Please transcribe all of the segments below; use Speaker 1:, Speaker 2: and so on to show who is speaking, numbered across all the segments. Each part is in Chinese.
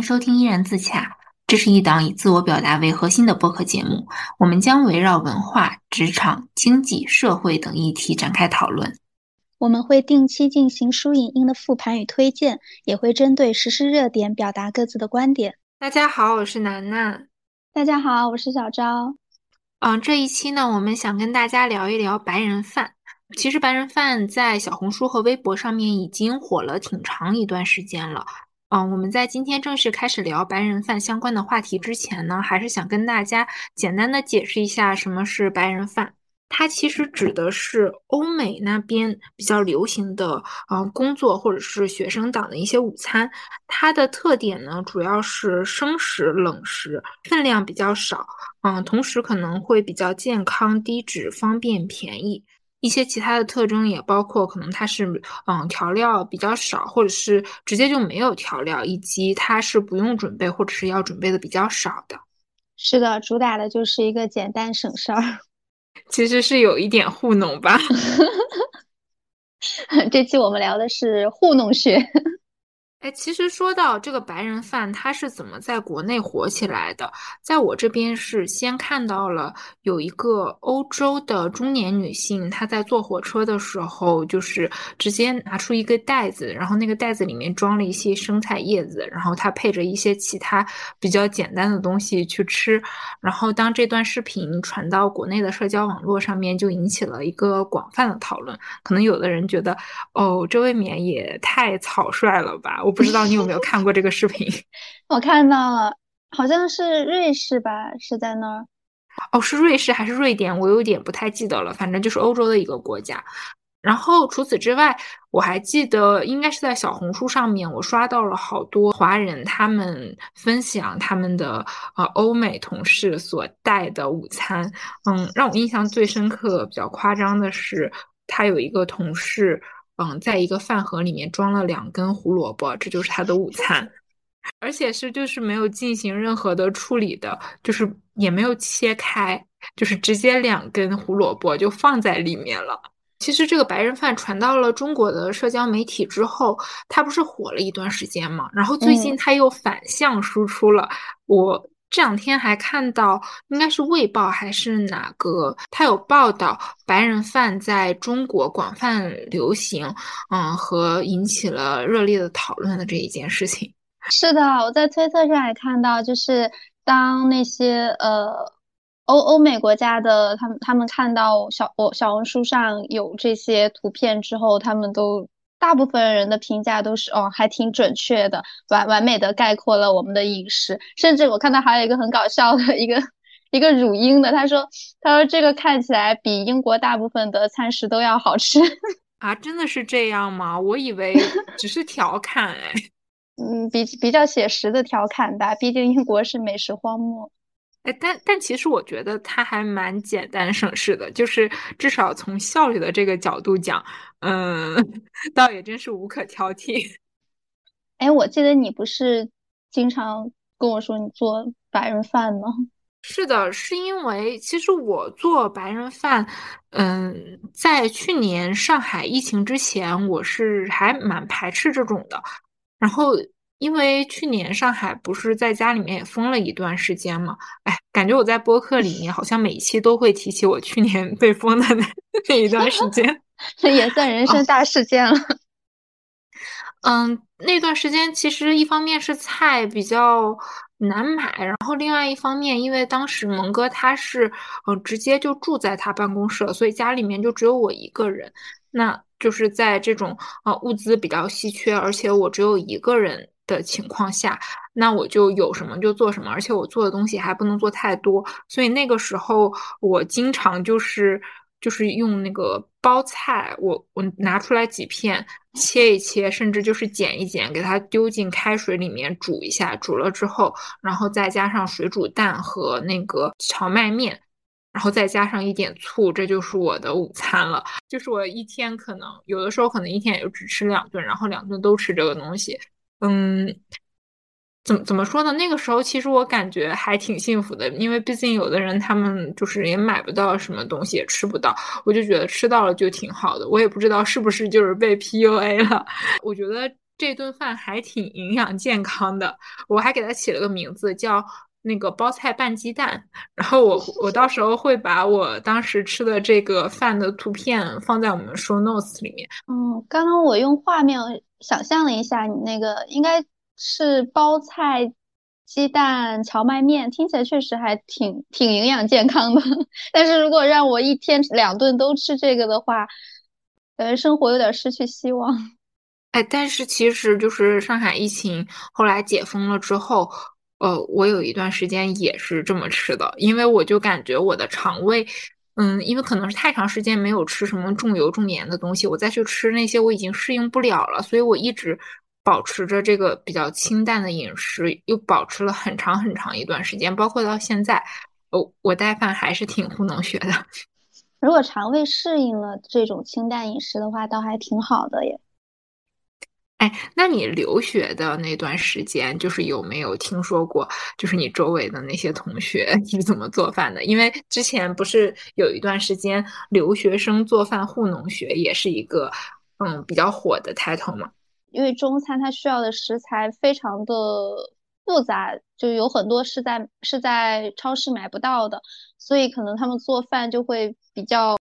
Speaker 1: 收听《依然自洽》，这是一档以自我表达为核心的播客节目。我们将围绕文化、职场、经济、社会等议题展开讨论。
Speaker 2: 我们会定期进行书影音的复盘与推荐，也会针对时事热点表达各自的观点。
Speaker 1: 大家好，我是楠楠。
Speaker 2: 大家好，我是小昭。
Speaker 1: 这一期呢，我们想跟大家聊一聊白人饭。其实白人饭在小红书和微博上面已经火了挺长一段时间了。我们在今天正式开始聊白人饭相关的话题之前呢，还是想跟大家简单的解释一下什么是白人饭。它其实指的是欧美那边比较流行的工作或者是学生党的一些午餐。它的特点呢，主要是生食、冷食，分量比较少。同时可能会比较健康、低脂、方便、便宜。一些其他的特征也包括，可能它是调料比较少，或者是直接就没有调料，以及它是不用准备或者是要准备的比较少的。
Speaker 2: 是的，主打的就是一个简单省事儿。
Speaker 1: 其实是有一点糊弄吧。
Speaker 2: 这期我们聊的是糊弄学。
Speaker 1: 哎，其实说到这个白人饭，它是怎么在国内火起来的？在我这边是先看到了有一个欧洲的中年女性，她在坐火车的时候，就是直接拿出一个袋子，然后那个袋子里面装了一些生菜叶子，然后她配着一些其他比较简单的东西去吃。然后当这段视频传到国内的社交网络上面，就引起了一个广泛的讨论。可能有的人觉得，哦，这未免也太草率了吧？我不知道你有没有看过这个视频。
Speaker 2: 我看到了，好像是瑞士吧，是在那儿。
Speaker 1: 哦，是瑞士还是瑞典？我有点不太记得了，反正就是欧洲的一个国家。然后除此之外，我还记得应该是在小红书上面，我刷到了好多华人他们分享他们的欧美同事所带的午餐。让我印象最深刻、比较夸张的是，他有一个同事，在一个饭盒里面装了2根胡萝卜，这就是他的午餐。而且是就是没有进行任何的处理的，就是也没有切开，就是直接2根胡萝卜就放在里面了。其实这个白人饭传到了中国的社交媒体之后，它不是火了一段时间嘛，然后最近
Speaker 2: 嗯，
Speaker 1: 它又反向输出了。我这两天还看到，应该是《卫报》还是哪个，它有报道白人饭在中国广泛流行，和引起了热烈的讨论的这一件事情。
Speaker 2: 是的，我在推特上也看到，就是当那些欧美国家的他们看到小红书上有这些图片之后，他们都大部分人的评价都是还挺准确的，完美的概括了我们的饮食。甚至我看到还有一个很搞笑的一个乳鹰的，他说这个看起来比英国大部分的餐食都要好吃。
Speaker 1: 啊，真的是这样吗？我以为只是调侃哎。
Speaker 2: 嗯，比较写实的调侃吧，毕竟英国是美食荒漠。
Speaker 1: 哎，但其实我觉得它还蛮简单省事的，就是至少从效率的这个角度讲，嗯，倒也真是无可挑剔。
Speaker 2: 哎，我记得你不是经常跟我说你做白人饭吗？
Speaker 1: 是的，是因为其实我做白人饭，在去年上海疫情之前，我是还蛮排斥这种的。然后，因为去年上海不是在家里面也封了一段时间嘛，哎，感觉我在播客里面好像每一期都会提起我去年被封的那一段时间。
Speaker 2: 这也算人
Speaker 1: 哦，
Speaker 2: 生大事件了。
Speaker 1: 那段时间其实一方面是菜比较难买，然后另外一方面，因为当时蒙哥他是直接就住在他办公室了，所以家里面就只有我一个人。那就是在这种物资比较稀缺，而且我只有一个人的情况下，那我就有什么就做什么，而且我做的东西还不能做太多，所以那个时候我经常就是用那个包菜，我拿出来几片，切一切，甚至就是剪一剪，给它丢进开水里面煮一下，煮了之后，然后再加上水煮蛋和那个荞麦面，然后再加上一点醋，这就是我的午餐了。就是我一天可能有的时候可能一天也就只吃2顿，然后2顿都吃这个东西。嗯，怎么说呢？那个时候其实我感觉还挺幸福的，因为毕竟有的人他们就是也买不到什么东西，也吃不到，我就觉得吃到了就挺好的。我也不知道是不是就是被 PUA 了。我觉得这顿饭还挺营养健康的，我还给它起了个名字叫那个包菜拌鸡蛋。然后我到时候会把我当时吃的这个饭的图片放在我们 show notes 里面。
Speaker 2: 嗯，刚刚我用画面想象了一下，你那个应该是包菜、鸡蛋、荞麦面，听起来确实还挺营养健康的。但是如果让我一天2顿都吃这个的话，感觉生活有点失去希望。
Speaker 1: 哎，但是其实就是上海疫情后来解封了之后，我有一段时间也是这么吃的，因为我就感觉我的肠胃，因为可能是太长时间没有吃什么重油重盐的东西，我再去吃那些我已经适应不了了，所以我一直保持着这个比较清淡的饮食，又保持了很长很长一段时间，包括到现在，我带饭还是挺糊弄学的。
Speaker 2: 如果肠胃适应了这种清淡饮食的话，倒还挺好的耶。
Speaker 1: 哎，那你留学的那段时间，就是有没有听说过，就是你周围的那些同学是怎么做饭的？因为之前不是有一段时间留学生做饭糊弄学也是一个比较火的 title 嘛。
Speaker 2: 因为中餐它需要的食材非常的复杂，就有很多是在超市买不到的，所以可能他们做饭就会比较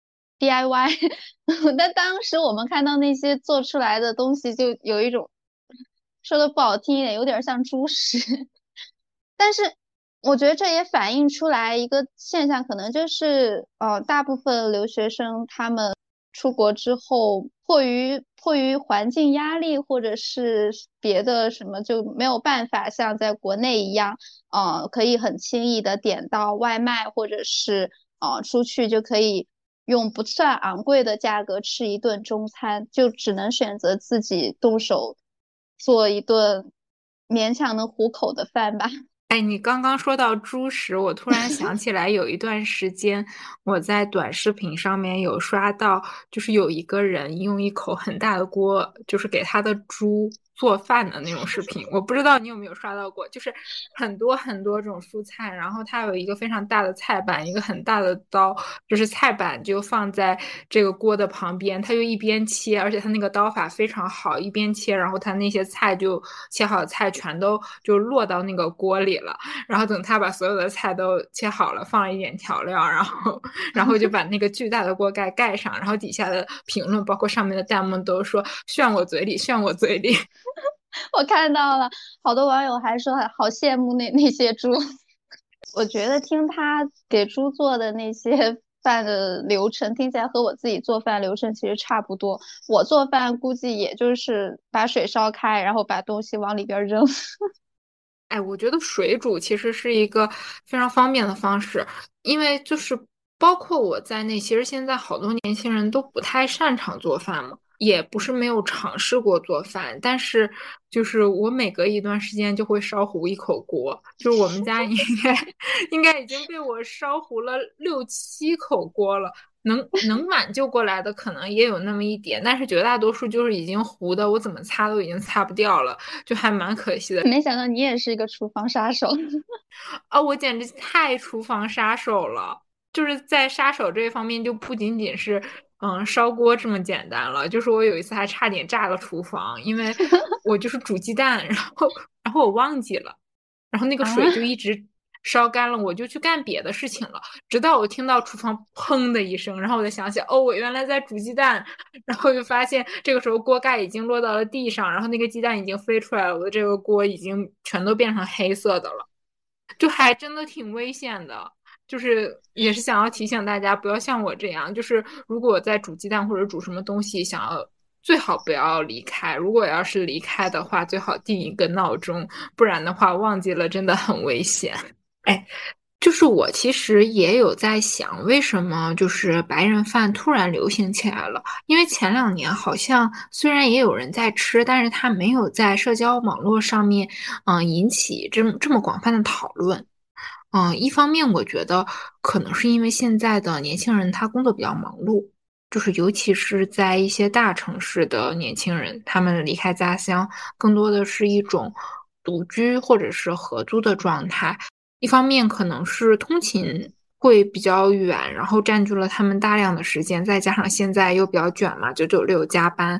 Speaker 2: DIY。但当时我们看到那些做出来的东西，就有一种说的不好听一点，有点像猪食。但是我觉得这也反映出来一个现象，可能就是大部分留学生他们出国之后，迫于环境压力或者是别的什么，就没有办法像在国内一样，可以很轻易的点到外卖，或者是出去就可以用不算昂贵的价格吃一顿中餐，就只能选择自己动手做一顿勉强能糊口的饭吧。
Speaker 1: 哎，你刚刚说到猪食，我突然想起来，有一段时间我在短视频上面有刷到，就是有一个人用一口很大的锅，就是给他的猪做饭的那种视频。我不知道你有没有刷到过，就是很多很多种蔬菜，然后他有一个非常大的菜板，一个很大的刀，就是菜板就放在这个锅的旁边，他就一边切，而且他那个刀法非常好，一边切，然后他那些菜就切好的菜全都就落到那个锅里了。然后等他把所有的菜都切好了，放了一点调料，然后就把那个巨大的锅盖盖上，然后底下的评论包括上面的弹幕都说炫我嘴里，炫我嘴里。
Speaker 2: 我看到了，好多网友还说好羡慕那些猪。我觉得听他给猪做的那些饭的流程，听起来和我自己做饭流程其实差不多。我做饭估计也就是把水烧开，然后把东西往里边扔。
Speaker 1: 哎，我觉得水煮其实是一个非常方便的方式，因为就是包括我在内，其实现在好多年轻人都不太擅长做饭嘛，也不是没有尝试过做饭，但是就是我每隔一段时间就会烧糊一口锅，就是我们家该应该已经被我烧糊了6、7口锅了。能挽救过来的可能也有那么一点，但是绝大多数就是已经糊的，我怎么擦都已经擦不掉了，就还蛮可惜的。
Speaker 2: 没想到你也是一个厨房杀手。
Speaker 1: 啊，我简直太厨房杀手了！就是在杀手这一方面，就不仅仅是烧锅这么简单了。就是我有一次还差点炸了厨房，因为我就是煮鸡蛋，然后我忘记了，然后那个水就
Speaker 2: 啊！
Speaker 1: 一直烧干了，我就去干别的事情了，直到我听到厨房砰的一声，然后我才想起，哦，我原来在煮鸡蛋，然后就发现这个时候锅盖已经落到了地上，然后那个鸡蛋已经飞出来了，我的这个锅已经全都变成黑色的了。就还真的挺危险的，就是也是想要提醒大家不要像我这样，就是如果在煮鸡蛋或者煮什么东西，想要最好不要离开。如果要是离开的话，最好定一个闹钟，不然的话忘记了真的很危险。哎，就是我其实也有在想，为什么就是白人饭突然流行起来了？因为前2年好像虽然也有人在吃，但是它没有在社交网络上面，引起这么广泛的讨论。一方面我觉得可能是因为现在的年轻人他工作比较忙碌，就是尤其是在一些大城市的年轻人，他们离开家乡更多的是一种独居或者是合租的状态。一方面可能是通勤会比较远，然后占据了他们大量的时间，再加上现在又比较卷嘛，996加班，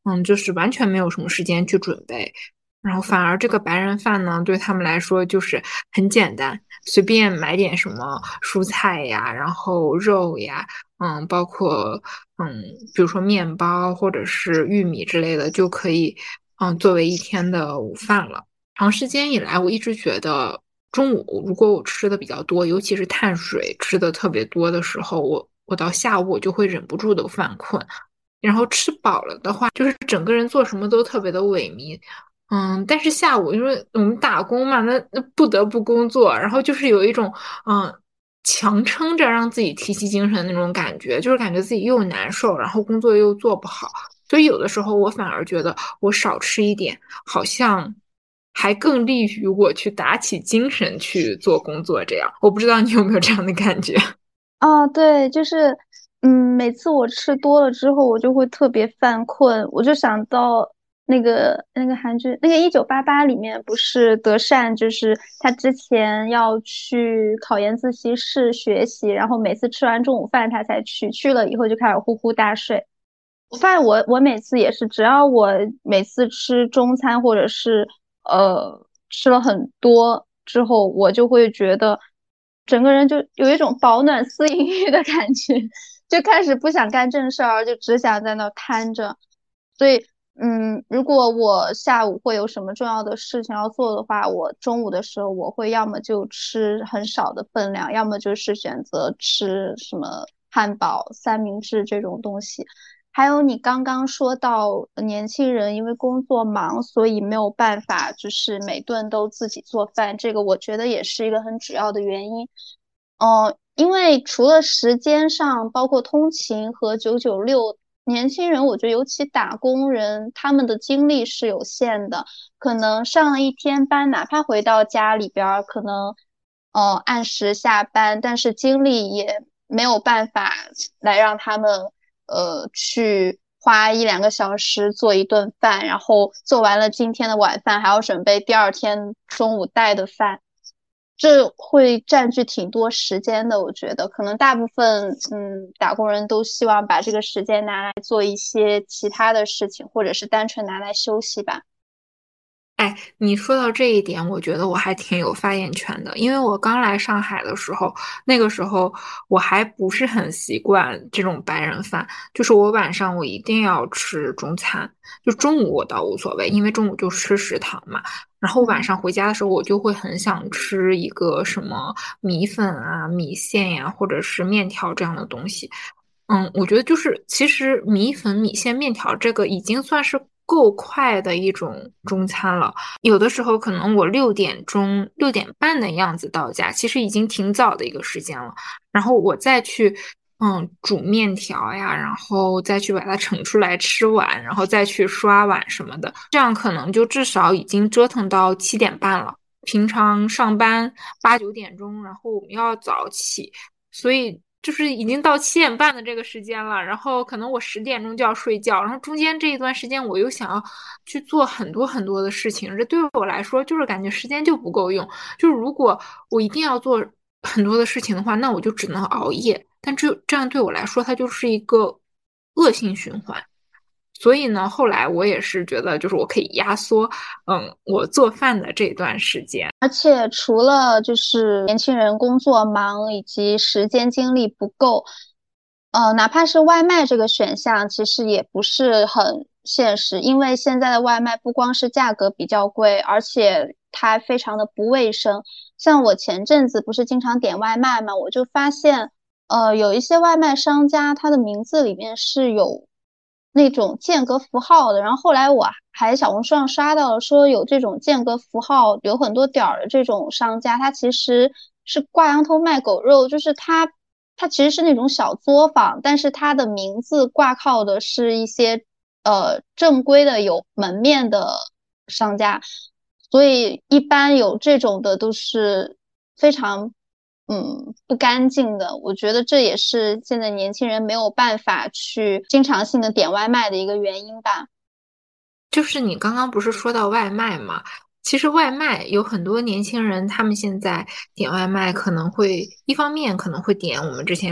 Speaker 1: 就是完全没有什么时间去准备。然后反而这个白人饭呢，对他们来说就是很简单，随便买点什么蔬菜呀，然后肉呀，包括比如说面包或者是玉米之类的，就可以作为一天的午饭了。长时间以来，我一直觉得中午如果我吃的比较多，尤其是碳水吃的特别多的时候，我到下午我就会忍不住的犯困。然后吃饱了的话，就是整个人做什么都特别的萎靡。但是下午因为我们打工嘛，那不得不工作，然后就是有一种嗯强撑着让自己提起精神的那种感觉，就是感觉自己又难受，然后工作又做不好，所以有的时候我反而觉得我少吃一点，好像还更利于我去打起精神去做工作。这样，我不知道你有没有这样的感觉。
Speaker 2: 啊，对，就是，每次我吃多了之后，我就会特别犯困。我就想到那个韩剧，那个《1988》里面不是德善，就是他之前要去考研自习室学习，然后每次吃完中午饭他才去，去了以后就开始呼呼大睡。我发现我每次也是，只要我每次吃中餐或者是吃了很多之后，我就会觉得整个人就有一种饱暖思淫欲的感觉，就开始不想干正事儿，就只想在那儿瘫着。所以，如果我下午会有什么重要的事情要做的话，我中午的时候我会要么就吃很少的分量，要么就是选择吃什么汉堡、三明治这种东西。还有你刚刚说到年轻人因为工作忙，所以没有办法就是每顿都自己做饭，这个我觉得也是一个很主要的原因。因为除了时间上，包括通勤和996，年轻人我觉得尤其打工人，他们的精力是有限的，可能上了一天班，哪怕回到家里边儿，可能按时下班，但是精力也没有办法来让他们去花一两个小时做一顿饭，然后做完了今天的晚饭，还要准备第二天中午带的饭。这会占据挺多时间的，我觉得可能大部分打工人都希望把这个时间拿来做一些其他的事情，或者是单纯拿来休息吧。
Speaker 1: 哎，你说到这一点，我觉得我还挺有发言权的，因为我刚来上海的时候，那个时候我还不是很习惯这种白人饭，就是我晚上我一定要吃中餐，就中午我倒无所谓，因为中午就吃食堂嘛，然后晚
Speaker 2: 嗯。
Speaker 1: 上回家的时候，我就会很想吃一个什么米粉啊、米线呀、或者是面条这样的东西。我觉得就是其实米粉、米线、面条这个已经算是够快的一种中餐了。有的时候可能我6点钟、6点半的样子到家，其实已经挺早的一个时间了。然后我再去煮面条呀，然后再去把它盛出来吃完，然后再去刷碗什么的，这样可能就至少已经折腾到7点半了。平常上班8、9点钟，然后我们要早起，所以就是已经到7点半的这个时间了，然后可能我10点钟就要睡觉，然后中间这一段时间我又想要去做很多很多的事情，这对我来说就是感觉时间就不够用。就是如果我一定要做很多的事情的话，那我就只能熬夜，但这样对我来说，它就是一个恶性循环。所以呢，后来我也是觉得，就是我可以压缩，我做饭的这段时间。
Speaker 2: 而且除了就是年轻人工作忙以及时间精力不够，哪怕是外卖这个选项，其实也不是很现实，因为现在的外卖不光是价格比较贵，而且它非常的不卫生。像我前阵子不是经常点外卖嘛，我就发现，有一些外卖商家，它的名字里面是有那种间隔符号的。然后后来我还小红书上刷到了，说有这种间隔符号，有很多点儿的这种商家，他其实是挂羊头卖狗肉，就是他其实是那种小作坊，但是他的名字挂靠的是一些正规的有门面的商家，所以一般有这种的都是非常不干净的。我觉得这也是现在年轻人没有办法去经常性的点外卖的一个原因吧。
Speaker 1: 就是你刚刚不是说到外卖吗？其实外卖有很多年轻人，他们现在点外卖可能会一方面可能会点我们之前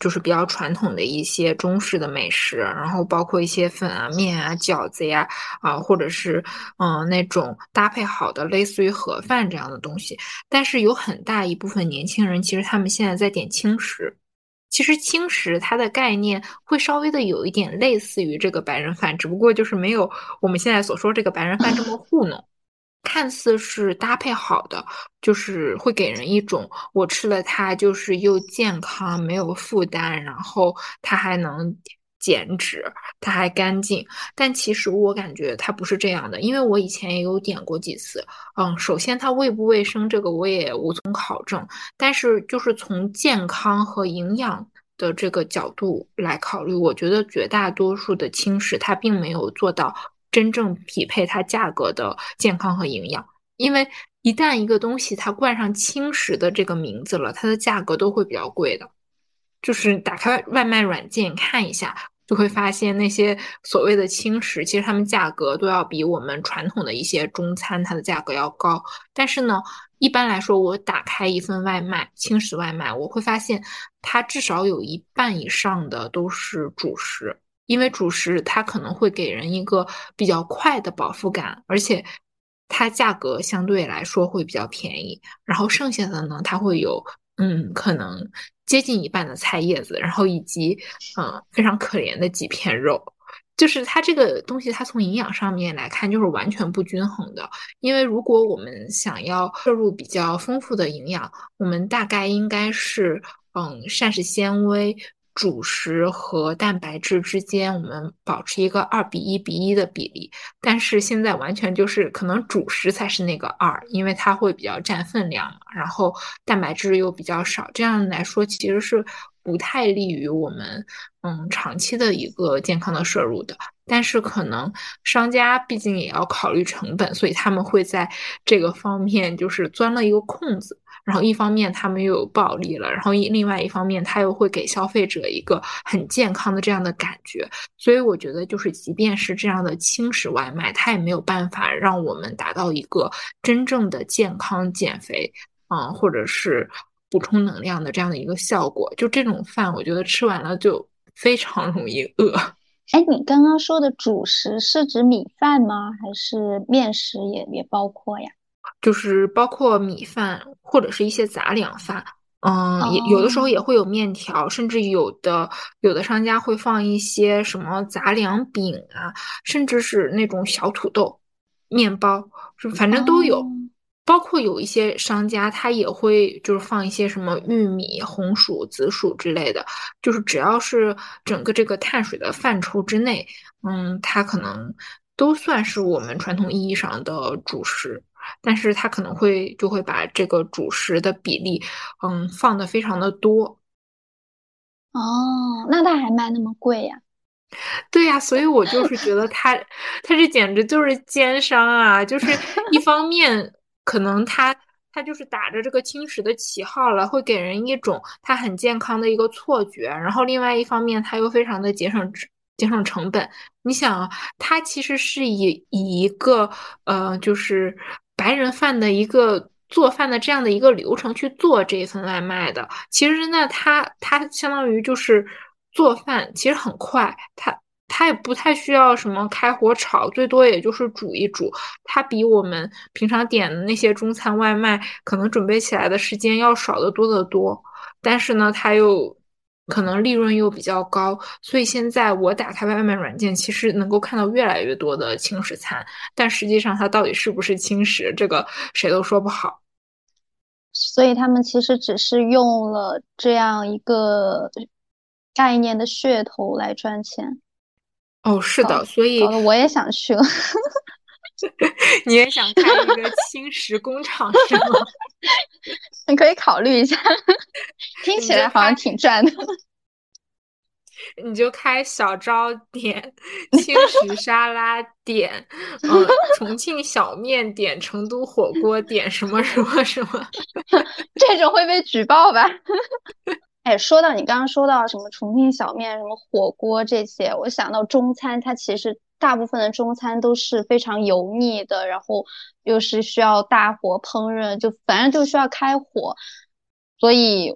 Speaker 1: 就是比较传统的一些中式的美食，然后包括一些粉啊、面啊、饺子呀，或者是那种搭配好的类似于盒饭这样的东西。但是有很大一部分年轻人，其实他们现在在点轻食。其实轻食它的概念会稍微的有一点类似于这个白人饭，只不过就是没有我们现在所说这个白人饭这么糊弄。看似是搭配好的，就是会给人一种我吃了它就是又健康没有负担，然后它还能减脂，它还干净。但其实我感觉它不是这样的，因为我以前也有点过几次。首先它卫不卫生这个我也无从考证，但是就是从健康和营养的这个角度来考虑，我觉得绝大多数的轻食它并没有做到真正匹配它价格的健康和营养。因为一旦一个东西它冠上轻食的这个名字了，它的价格都会比较贵的。就是打开外卖软件看一下，就会发现那些所谓的轻食，其实它们价格都要比我们传统的一些中餐它的价格要高。但是呢，一般来说，我打开一份外卖，轻食外卖，我会发现它至少有一半以上的都是主食，因为主食它可能会给人一个比较快的饱腹感，而且它价格相对来说会比较便宜。然后剩下的呢，它会有可能接近一半的菜叶子，然后以及非常可怜的几片肉。就是它这个东西，它从营养上面来看就是完全不均衡的。因为如果我们想要摄入比较丰富的营养，我们大概应该是膳食纤维、主食和蛋白质之间，我们保持一个2:1:1的比例。但是现在完全就是可能主食才是那个二，因为它会比较占分量嘛，然后蛋白质又比较少，这样来说其实是不太利于我们长期的一个健康的摄入的。但是可能商家毕竟也要考虑成本，所以他们会在这个方面就是钻了一个空子。然后一方面他们又有暴利了，然后另外一方面他又会给消费者一个很健康的这样的感觉。所以我觉得，就是即便是这样的轻食外卖，它也没有办法让我们达到一个真正的健康减肥，或者是补充能量的这样的一个效果。就这种饭，我觉得吃完了就非常容易饿。
Speaker 2: 哎，你刚刚说的主食是指米饭吗？还是面食也包括呀？
Speaker 1: 就是包括米饭或者是一些杂粮饭，也有的时候
Speaker 2: 哦
Speaker 1: 也会有面条，甚至有的商家会放一些什么杂粮饼啊，甚至是那种小土豆、面包，反正都有。
Speaker 2: 哦
Speaker 1: 包括有一些商家他也会就是放一些什么玉米、红薯、紫薯之类的，就是只要是整个这个碳水的范畴之内，它可能都算是我们传统意义上的主食。但是它可能就会把这个主食的比例，放的非常的多。
Speaker 2: 哦，那它还卖那么贵呀？
Speaker 1: 对呀，所以我就是觉得他这简直就是奸商啊！就是一方面可能他就是打着这个轻食的旗号了，会给人一种他很健康的一个错觉，然后另外一方面他又非常的节省成本。你想啊，他其实是以一个就是白人饭的一个做饭的这样的一个流程去做这一份外卖的。其实呢，他相当于就是做饭，其实很快，他也不太需要什么开火炒，最多也就是煮一煮。它比我们平常点的那些中餐外卖，可能准备起来的时间要少得多得多。但是呢，它又可能利润又比较高，所以现在我打开外卖软件，其实能够看到越来越多的轻食餐，但实际上它到底是不是轻食，这个谁都说不好。
Speaker 2: 所以他们其实只是用了这样一个概念的噱头来赚钱，
Speaker 1: 哦，是的，
Speaker 2: 搞
Speaker 1: 所以
Speaker 2: 搞得我也想去了。
Speaker 1: 你也想开一个轻食工厂是吗？
Speaker 2: 你可以考虑一下，听起来好像
Speaker 1: 你就开
Speaker 2: 挺赚的。
Speaker 1: 你就开小招点、轻食沙拉点、重庆小面点、成都火锅点什么什么什么。
Speaker 2: 这种会被举报吧？哎，说到你刚刚说到什么重庆小面、什么火锅这些，我想到中餐，它其实大部分的中餐都是非常油腻的，然后又是需要大火烹饪，就反正就需要开火，所以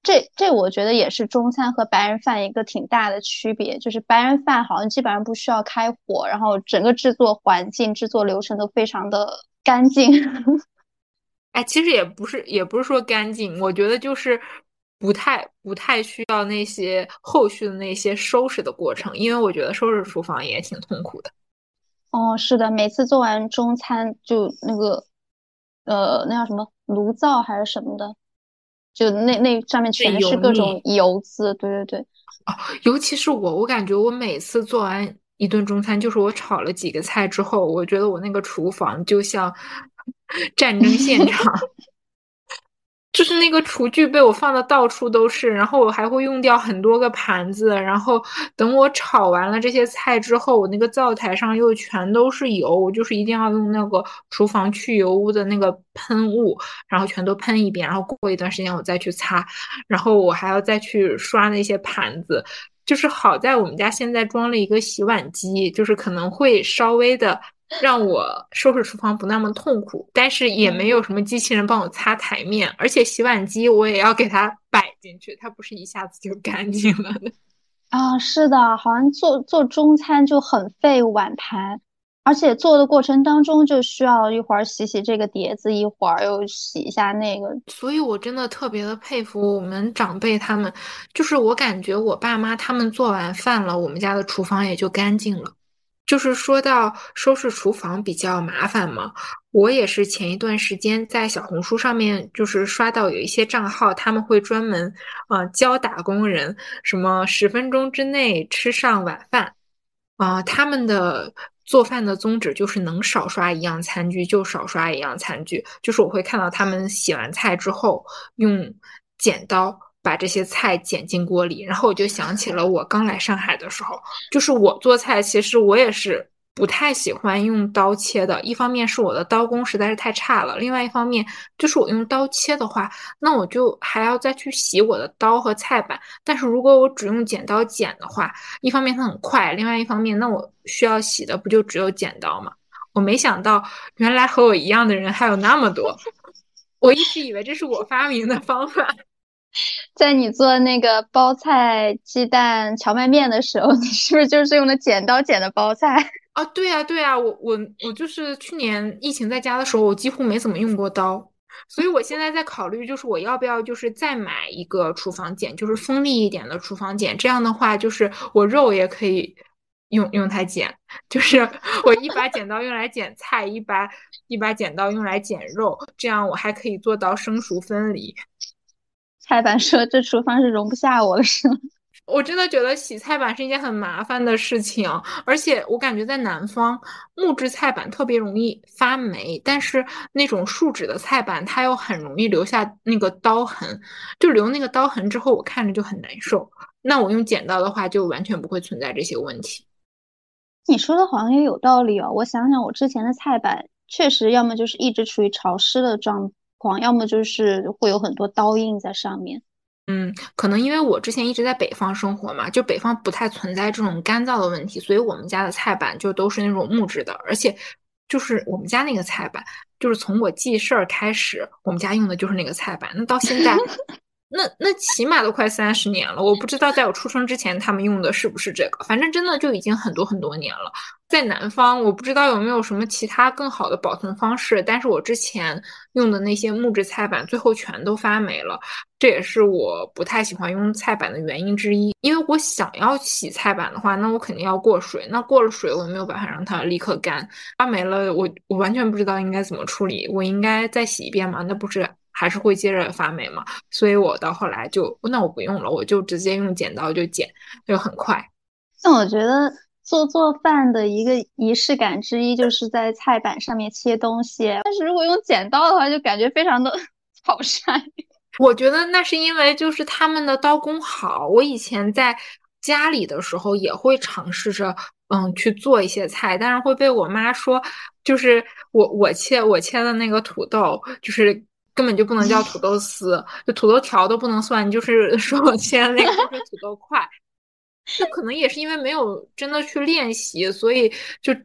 Speaker 2: 这我觉得也是中餐和白人饭一个挺大的区别，就是白人饭好像基本上不需要开火，然后整个制作环境、制作流程都非常的干净。
Speaker 1: 哎，其实也不是说干净，我觉得就是不太需要那些后续的那些收拾的过程，因为我觉得收拾厨房也挺痛苦的。
Speaker 2: 哦，是的，每次做完中餐就那个那叫什么炉灶还是什么的，就那上面
Speaker 1: 是
Speaker 2: 全是各种
Speaker 1: 油腻。
Speaker 2: 油渍。对对对。
Speaker 1: 尤其是我感觉我每次做完一顿中餐，就是我炒了几个菜之后，我觉得我那个厨房就像战争现场。就是那个厨具被我放的到处都是，然后我还会用掉很多个盘子，然后等我炒完了这些菜之后，我那个灶台上又全都是油，我就是一定要用那个厨房去油污的那个喷雾，然后全都喷一遍，然后过一段时间我再去擦，然后我还要再去刷那些盘子。就是好在我们家现在装了一个洗碗机，就是可能会稍微的让我收拾厨房不那么痛苦，但是也没
Speaker 2: 嗯。
Speaker 1: 有什么机器人帮我擦台面，而且洗碗机我也要给它摆进去，它不是一下子就干净了的。
Speaker 2: 啊，是的，好像做中餐就很费碗盘，而且做的过程当中就需要一会儿洗洗这个碟子，一会儿又洗一下那个。
Speaker 1: 所以我真的特别的佩服我们长辈他们，就是我感觉我爸妈他们做完饭了，我们家的厨房也就干净了。就是说到收拾厨房比较麻烦嘛，我也是前一段时间在小红书上面就是刷到有一些账号，他们会专门教打工人什么10分钟之内吃上晚饭。他们的做饭的宗旨就是能少刷一样餐具就少刷一样餐具，就是我会看到他们洗完菜之后用剪刀把这些菜剪进锅里，然后我就想起了我刚来上海的时候。就是我做菜，其实我也是不太喜欢用刀切的。一方面是我的刀工实在是太差了，另外一方面就是我用刀切的话，那我就还要再去洗我的刀和菜板。但是如果我只用剪刀剪的话，一方面它很快，另外一方面那我需要洗的不就只有剪刀吗？我没想到原来和我一样的人还有那么多，我一直以为这是我发明的方法。
Speaker 2: 在你做那个包菜、鸡蛋、荞麦面的时候，你是不是就是用的剪刀剪的包菜？
Speaker 1: 啊，对呀，对呀，我就是去年疫情在家的时候，我几乎没怎么用过刀，所以我现在在考虑，就是我要不要就是再买一个厨房剪，就是锋利一点的厨房剪，这样的话，就是我肉也可以用它剪，就是我一把剪刀用来剪菜，一把剪刀用来剪肉，这样我还可以做到生熟分离。
Speaker 2: 菜板说这厨房是容不下我了，是吗？
Speaker 1: 我真的觉得洗菜板是一件很麻烦的事情，而且我感觉在南方，木质菜板特别容易发霉，但是那种树脂的菜板，它又很容易留下那个刀痕，就留那个刀痕之后，我看着就很难受。那我用剪刀的话，就完全不会存在这些问题。
Speaker 2: 你说的好像也有道理哦。我想想，我之前的菜板确实要么就是一直处于潮湿的状况，要么就是会有很多刀印在上面。
Speaker 1: 嗯，可能因为我之前一直在北方生活嘛，就北方不太存在这种干燥的问题，所以我们家的菜板就都是那种木质的，而且就是我们家那个菜板，就是从我记事儿开始，我们家用的就是那个菜板，那到现在，那起码都快30年了，我不知道在我出生之前他们用的是不是这个，反正真的就已经很多很多年了。在南方，我不知道有没有什么其他更好的保存方式，但是我之前用的那些木质菜板最后全都发霉了。这也是我不太喜欢用菜板的原因之一，因为我想要洗菜板的话，那我肯定要过水，那过了水我没有办法让它立刻干，发霉了我完全不知道应该怎么处理，我应该再洗一遍吗？那不是还是会接着发霉吗？所以我到后来就那我不用了，我就直接用剪刀就剪，就很快。
Speaker 2: 那我觉得做饭的一个仪式感之一，就是在菜板上面切东西。但是如果用剪刀的话，就感觉非常的草率。
Speaker 1: 我觉得那是因为就是他们的刀工好。我以前在家里的时候也会尝试着去做一些菜，但是会被我妈说，就是我切的那个土豆，就是根本就不能叫土豆丝，就土豆条都不能算，你就是说我切的那个就是土豆块。就可能也是因为没有真的去练习，所以就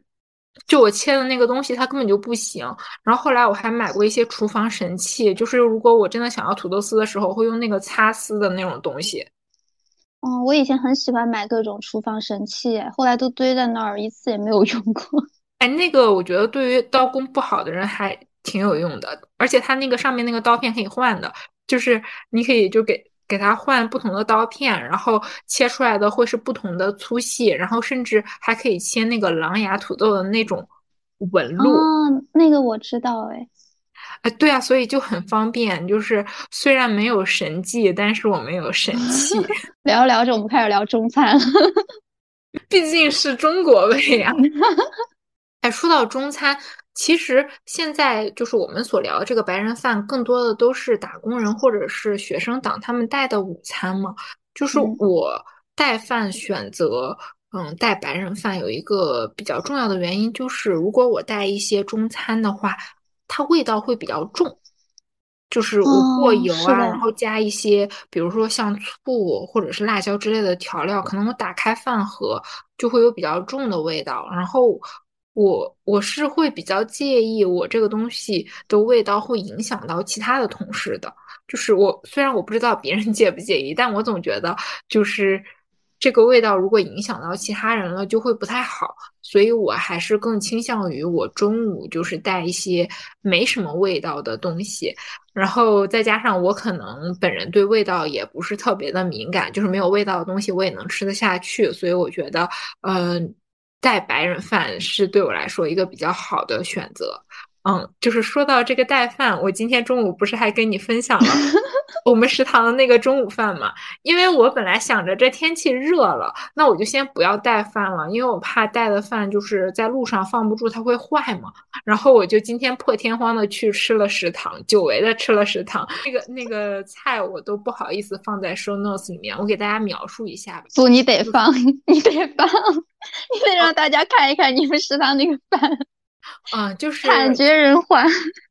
Speaker 1: 就我切的那个东西它根本就不行。然后后来我还买过一些厨房神器，就是如果我真的想要土豆丝的时候，我会用那个擦丝的那种东西。
Speaker 2: 嗯，我以前很喜欢买各种厨房神器，后来都堆在那儿，一次也没有用过。
Speaker 1: 哎，那个我觉得对于刀工不好的人还挺有用的，而且它那个上面那个刀片可以换的，就是你可以就给它换不同的刀片，然后切出来的会是不同的粗细，然后甚至还可以切那个狼牙土豆的那种纹路。
Speaker 2: 哦，那个我知道，哎，
Speaker 1: 哎，对啊，所以就很方便，就是虽然没有神技，但是我们有神器，
Speaker 2: 聊着聊着我们开始聊中餐了。
Speaker 1: 毕竟是中国胃呀。哎，说到中餐，其实现在就是我们所聊的这个白人饭，更多的都是打工人或者是学生党他们带的午餐嘛。就是
Speaker 2: 嗯，
Speaker 1: 我带饭选择，带白人饭有一个比较重要的原因，就是如果我带一些中餐的话，它味道会比较重。就是我过
Speaker 2: 哦，
Speaker 1: 油啊，然
Speaker 2: 是的，
Speaker 1: 后加一些，比如说像醋或者是辣椒之类的调料，可能我打开饭盒就会有比较重的味道。然后我是会比较介意我这个东西的味道会影响到其他的同事的。就是我虽然我不知道别人介不介意，但我总觉得就是这个味道如果影响到其他人了，就会不太好。所以我还是更倾向于我中午就是带一些没什么味道的东西。然后再加上我可能本人对味道也不是特别的敏感，就是没有味道的东西我也能吃得下去，所以我觉得，带白人饭是对我来说一个比较好的选择。就是说到这个带饭，我今天中午不是还跟你分享了我们食堂的那个中午饭嘛？因为我本来想着这天气热了，那我就先不要带饭了，因为我怕带的饭就是在路上放不住，它会坏嘛。然后我就今天破天荒的去吃了食堂，久违的吃了食堂。那个菜我都不好意思放在 show notes 里面，我给大家描述一下吧。
Speaker 2: 不，你得放，你得放，你得让大家看一看你们食堂那个饭，
Speaker 1: 就是
Speaker 2: 惨绝人寰。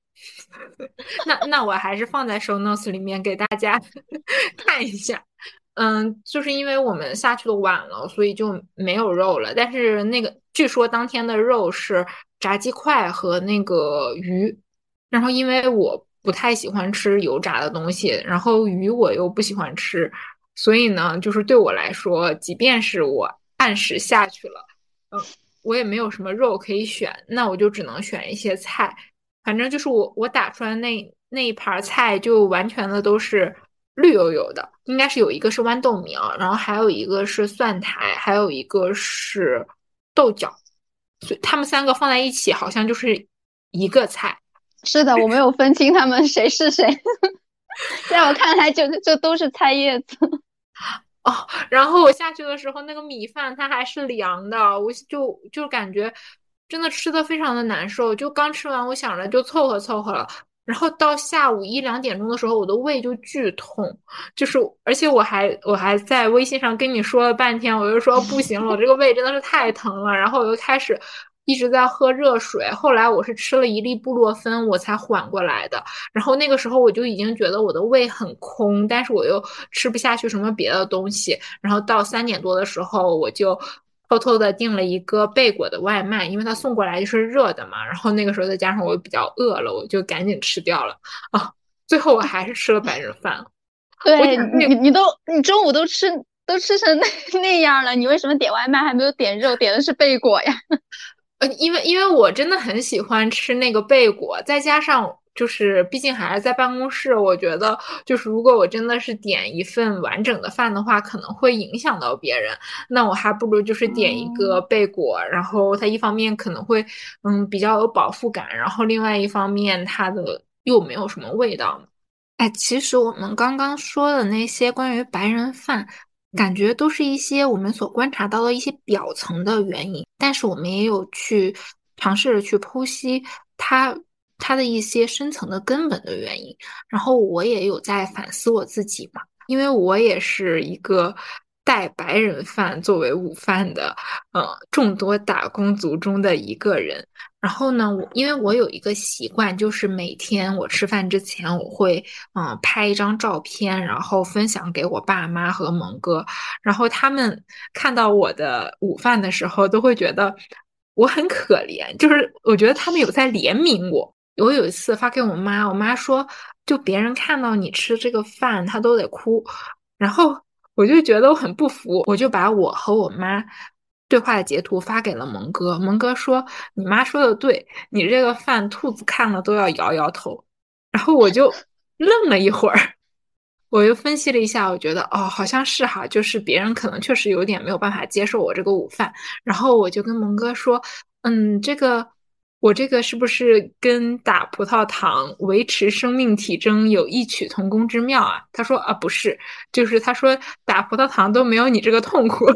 Speaker 1: 那我还是放在 show notes 里面给大家看一下。就是因为我们下去的晚了，所以就没有肉了。但是那个据说当天的肉是炸鸡块和那个鱼，然后因为我不太喜欢吃油炸的东西，然后鱼我又不喜欢吃，所以呢，就是对我来说，即便是我按时下去了，我也没有什么肉可以选，那我就只能选一些菜。反正就是我打出来那一盘菜，就完全的都是绿油油的，应该是有一个是豌豆苗，然后还有一个是蒜苔，还有一个是豆角，所以他们三个放在一起，好像就是一个菜。
Speaker 2: 是的，我没有分清他们谁是谁，在我看来就都是菜叶子。
Speaker 1: 哦，然后我下去的时候，那个米饭它还是凉的，我就感觉真的吃的非常的难受。就刚吃完，我想着就凑合凑合了，然后到下午1、2点钟的时候，我的胃就剧痛，就是而且我还在微信上跟你说了半天，我就说不行了，我这个胃真的是太疼了，然后我又开始一直在喝热水，后来我是吃了1粒布洛芬，我才缓过来的。然后那个时候我就已经觉得我的胃很空，但是我又吃不下去什么别的东西。然后到3点多的时候，我就偷偷的订了一个贝果的外卖，因为它送过来就是热的嘛。然后那个时候再加上我比较饿了，我就赶紧吃掉了啊。最后我还是吃了白人饭。我
Speaker 2: 对你，
Speaker 1: 点这
Speaker 2: 你中午都吃成那样了，你为什么点外卖还没有点肉，点的是贝果呀？
Speaker 1: 因为我真的很喜欢吃那个贝果，再加上就是毕竟还是在办公室，我觉得就是如果我真的是点一份完整的饭的话，可能会影响到别人。那我还不如就是点一个
Speaker 2: 哦，
Speaker 1: 贝果，然后它一方面可能会比较有饱腹感，然后另外一方面它的又没有什么味道。哎，其实我们刚刚说的那些关于白人饭，感觉都是一些我们所观察到的一些表层的原因，但是我们也有去尝试着去剖析它它的一些深层的根本的原因。然后我也有在反思我自己嘛，因为我也是一个带白人饭作为午饭的，众多打工族中的一个人。然后呢，因为我有一个习惯，就是每天我吃饭之前，我会拍一张照片，然后分享给我爸妈和蒙哥，然后他们看到我的午饭的时候，都会觉得我很可怜，就是我觉得他们有在怜悯我。我有一次发给我妈，我妈说，就别人看到你吃这个饭，他都得哭。然后我就觉得我很不服，我就把我和我妈对话的截图发给了蒙哥。蒙哥说：“你妈说的对，你这个饭兔子看了都要摇摇头。”然后我就愣了一会儿，我又分析了一下，我觉得哦，好像是哈，就是别人可能确实有点没有办法接受我这个午饭。然后我就跟蒙哥说，这个我这个是不是跟打葡萄糖维持生命体征有异曲同工之妙啊？他说啊，不是，就是他说打葡萄糖都没有你这个痛苦。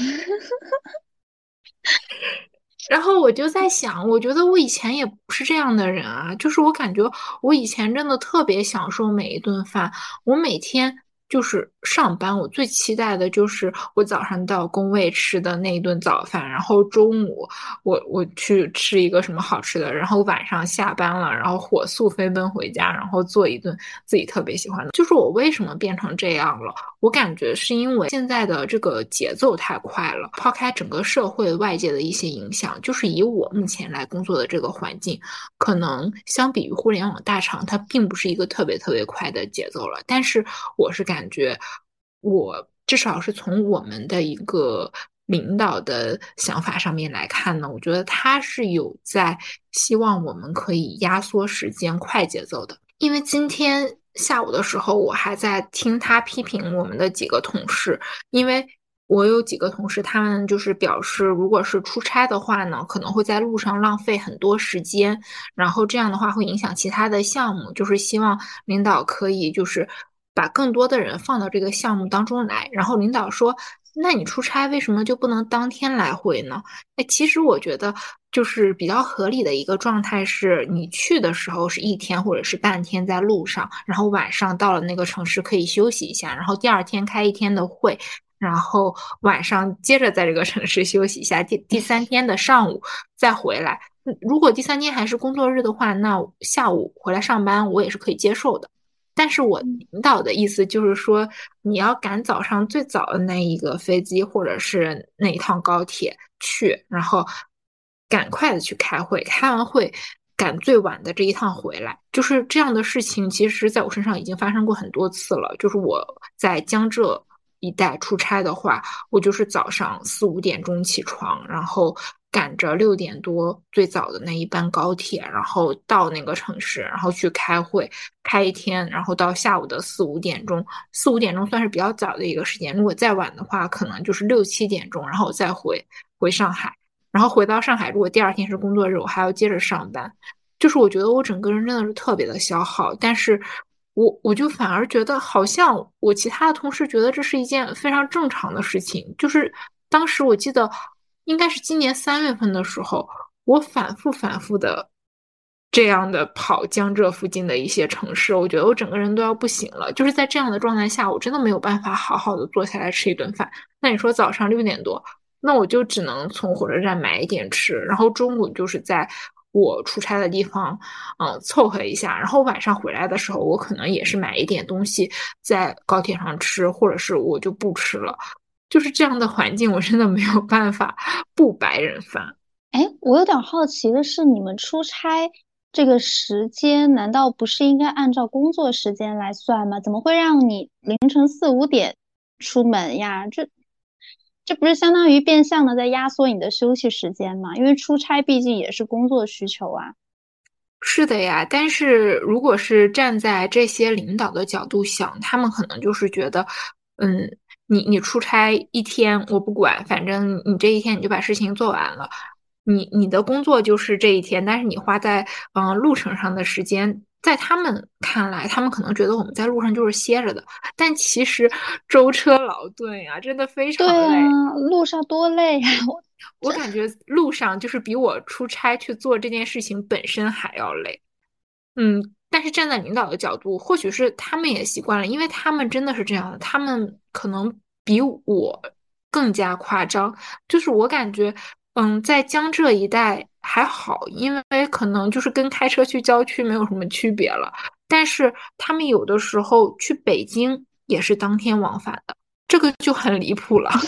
Speaker 1: 然后我就在想，我觉得我以前也不是这样的人啊，就是我感觉我以前真的特别享受每一顿饭，我每天就是上班，我最期待的就是我早上到工位吃的那一顿早饭，然后中午我去吃一个什么好吃的，然后晚上下班了，然后火速飞奔回家，然后做一顿自己特别喜欢的。就是我为什么变成这样了？我感觉是因为现在的这个节奏太快了，抛开整个社会外界的一些影响，就是以我目前来工作的这个环境，可能相比于互联网大厂，它并不是一个特别特别快的节奏了。但是我是感觉，我至少是从我们的一个领导的想法上面来看呢，我觉得他是有在希望我们可以压缩时间、快节奏的。因为今天下午的时候，我还在听他批评我们的几个同事，因为我有几个同事，他们就是表示，如果是出差的话呢，可能会在路上浪费很多时间，然后这样的话会影响其他的项目，就是希望领导可以就是把更多的人放到这个项目当中来。然后领导说，那你出差为什么就不能当天来回呢？哎，其实我觉得就是比较合理的一个状态是，你去的时候是一天或者是半天在路上，然后晚上到了那个城市可以休息一下，然后第二天开一天的会，然后晚上接着在这个城市休息一下，第三天的上午再回来。如果第三天还是工作日的话，那下午回来上班我也是可以接受的。但是我
Speaker 2: 嗯
Speaker 1: 领导的意思就是说，你要赶早上最早的那一个飞机，或者是那一趟高铁去，然后赶快的去开会，开完会赶最晚的这一趟回来。就是这样的事情，其实在我身上已经发生过很多次了。就是我在江浙一带出差的话，我就是早上4、5点钟起床，然后赶着6点多最早的那一班高铁，然后到那个城市，然后去开会，开一天，然后到下午的4、5点钟，四五点钟算是比较早的一个时间。如果再晚的话，可能就是6、7点钟，然后我再回上海，然后回到上海，如果第二天是工作日，我还要接着上班。就是我觉得我整个人真的是特别的消耗，但是我就反而觉得好像我其他的同事觉得这是一件非常正常的事情。就是当时我记得应该是今年3月份的时候，我反复的这样的跑江浙附近的一些城市，我觉得我整个人都要不行了。就是在这样的状态下，我真的没有办法好好的坐下来吃一顿饭。那你说早上6点多，那我就只能从火车站买一点吃，然后中午就是在我出差的地方，凑合一下，然后晚上回来的时候，我可能也是买一点东西在高铁上吃，或者是我就不吃了。就是这样的环境，我真的没有办法不白人饭。
Speaker 2: 哎，我有点好奇的是，你们出差这个时间，难道不是应该按照工作时间来算吗？怎么会让你凌晨4、5点出门呀？这不是相当于变相的在压缩你的休息时间吗？因为出差毕竟也是工作需求啊。
Speaker 1: 是的呀，但是如果是站在这些领导的角度想，他们可能就是觉得，嗯，你出差一天我不管，反正你这一天你就把事情做完了，你的工作就是这一天，但是你花在路程上的时间，在他们看来，他们可能觉得我们在路上就是歇着的，但其实舟车劳顿呀，真的非常
Speaker 2: 对
Speaker 1: 累。
Speaker 2: 啊，路上多累呀！
Speaker 1: 我感觉路上就是比我出差去做这件事情本身还要累。但是站在领导的角度，或许是他们也习惯了，因为他们真的是这样的，他们可能比我更加夸张。就是我感觉，在江浙一带还好，因为可能就是跟开车去郊区没有什么区别了。但是他们有的时候去北京也是当天往返的，这个就很离谱了。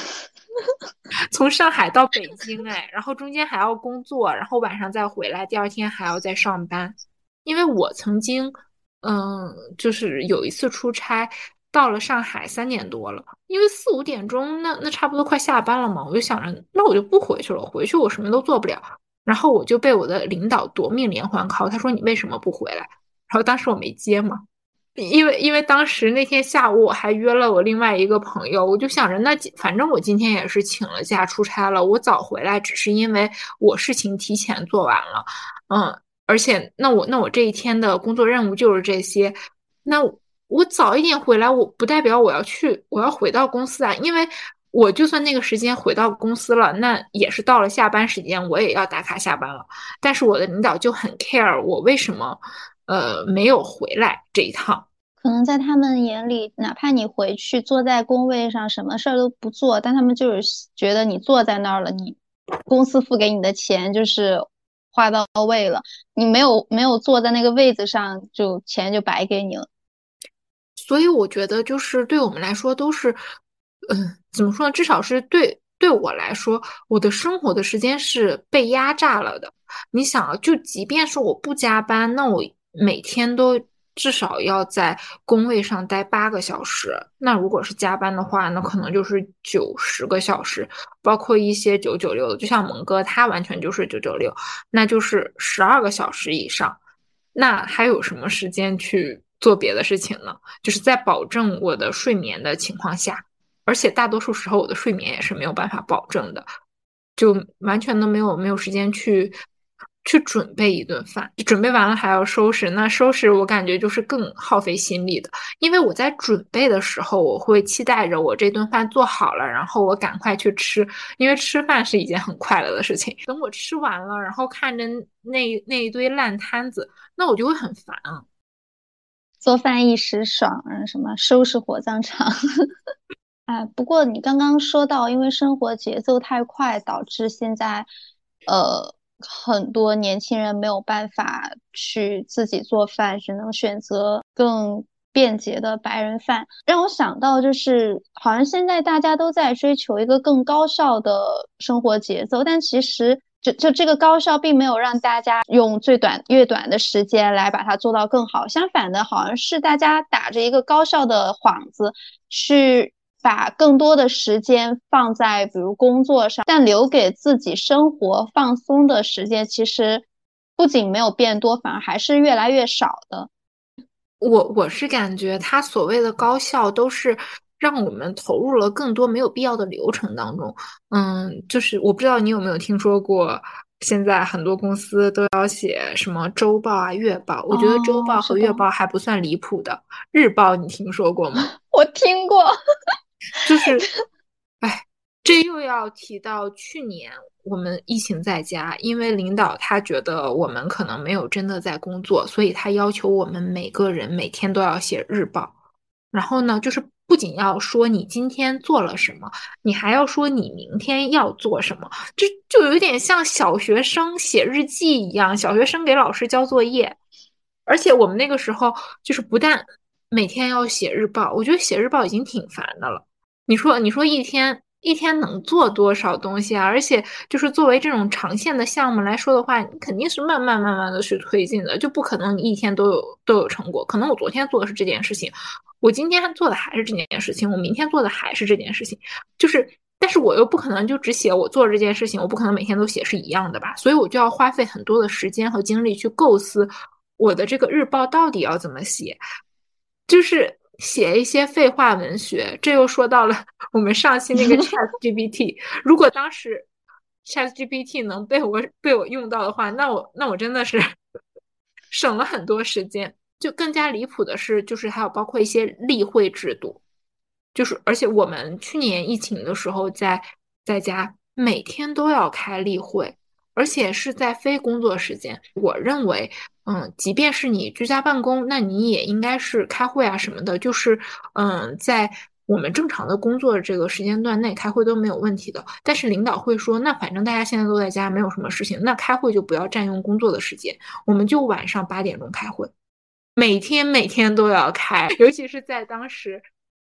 Speaker 1: 从上海到北京，哎，然后中间还要工作，然后晚上再回来，第二天还要再上班。因为我曾经，就是有一次出差到了上海3点多了，因为4、5点钟那差不多快下班了嘛，我就想着那我就不回去了，回去我什么都做不了。然后我就被我的领导夺命连环 call，他说你为什么不回来？然后当时我没接嘛，因为当时那天下午我还约了我另外一个朋友，我就想着那反正我今天也是请了假出差了，我早回来只是因为我事情提前做完了，而且那我这一天的工作任务就是这些，那我早一点回来，我不代表我要回到公司啊，因为我就算那个时间回到公司了，那也是到了下班时间，我也要打卡下班了，但是我的领导就很 care 我为什么没有回来这一趟。
Speaker 2: 可能在他们眼里，哪怕你回去坐在工位上，什么事儿都不做，但他们就是觉得你坐在那儿了，你公司付给你的钱就是花到位了，你没有坐在那个位子上，就钱就白给你了。
Speaker 1: 所以我觉得，就是对我们来说都是，怎么说呢？至少是对我来说，我的生活的时间是被压榨了的。你想啊，就即便是我不加班，那我每天都至少要在工位上待8个小时。那如果是加班的话，那可能就是9、10个小时，包括一些996的，就像蒙哥他完全就是996，那就是12个小时以上。那还有什么时间去做别的事情呢？就是在保证我的睡眠的情况下，而且大多数时候我的睡眠也是没有办法保证的，就完全都没有时间去准备一顿饭，准备完了还要收拾，那收拾我感觉就是更耗费心力的，因为我在准备的时候，我会期待着我这顿饭做好了，然后我赶快去吃，因为吃饭是一件很快乐的事情。等我吃完了，然后看着那一堆烂摊子，那我就会很烦啊。
Speaker 2: 做饭一时爽，什么收拾火葬场。哎，不过你刚刚说到，因为生活节奏太快，导致现在，很多年轻人没有办法去自己做饭，只能选择更便捷的白人饭。让我想到，就是好像现在大家都在追求一个更高效的生活节奏，但其实就这个高效，并没有让大家用越短的时间来把它做到更好。相反的，好像是大家打着一个高效的幌子，去把更多的时间放在比如工作上，但留给自己生活放松的时间，其实不仅没有变多，反而还是越来越少的。
Speaker 1: 我是感觉他所谓的高效，都是让我们投入了更多没有必要的流程当中。就是我不知道你有没有听说过，现在很多公司都要写什么周报啊、月报。我觉得周
Speaker 2: 哦，
Speaker 1: 报和
Speaker 2: 是的，
Speaker 1: 月报还不算离谱的，日报你听说过吗？
Speaker 2: 我听过。
Speaker 1: 就是，哎，这又要提到去年我们疫情在家，因为领导他觉得我们可能没有真的在工作，所以他要求我们每个人每天都要写日报。然后呢，就是不仅要说你今天做了什么，你还要说你明天要做什么，这就有点像小学生写日记一样，小学生给老师交作业。而且我们那个时候就是不但每天要写日报，我觉得写日报已经挺烦的了。你说一天能做多少东西啊？而且就是作为这种长线的项目来说的话，你肯定是慢慢的去推进的，就不可能你一天都有成果。可能我昨天做的是这件事情，我今天做的还是这件事情，我明天做的还是这件事情，就是。但是我又不可能就只写我做这件事情，我不可能每天都写是一样的吧，所以我就要花费很多的时间和精力去构思我的这个日报到底要怎么写，就是写一些废话文学。这又说到了我们上期那个 Chat GPT，如果当时 Chat GPT 能被我用到的话，那我真的是省了很多时间。就更加离谱的是，就是还有包括一些例会制度，就是而且我们去年疫情的时候在家每天都要开例会，而且是在非工作时间。我认为，即便是你居家办公，那你也应该是开会啊什么的，就是在我们正常的工作的这个时间段内开会都没有问题的。但是领导会说，那反正大家现在都在家，没有什么事情，那开会就不要占用工作的时间，我们就晚上8点钟开会。每天都要开，尤其是在当时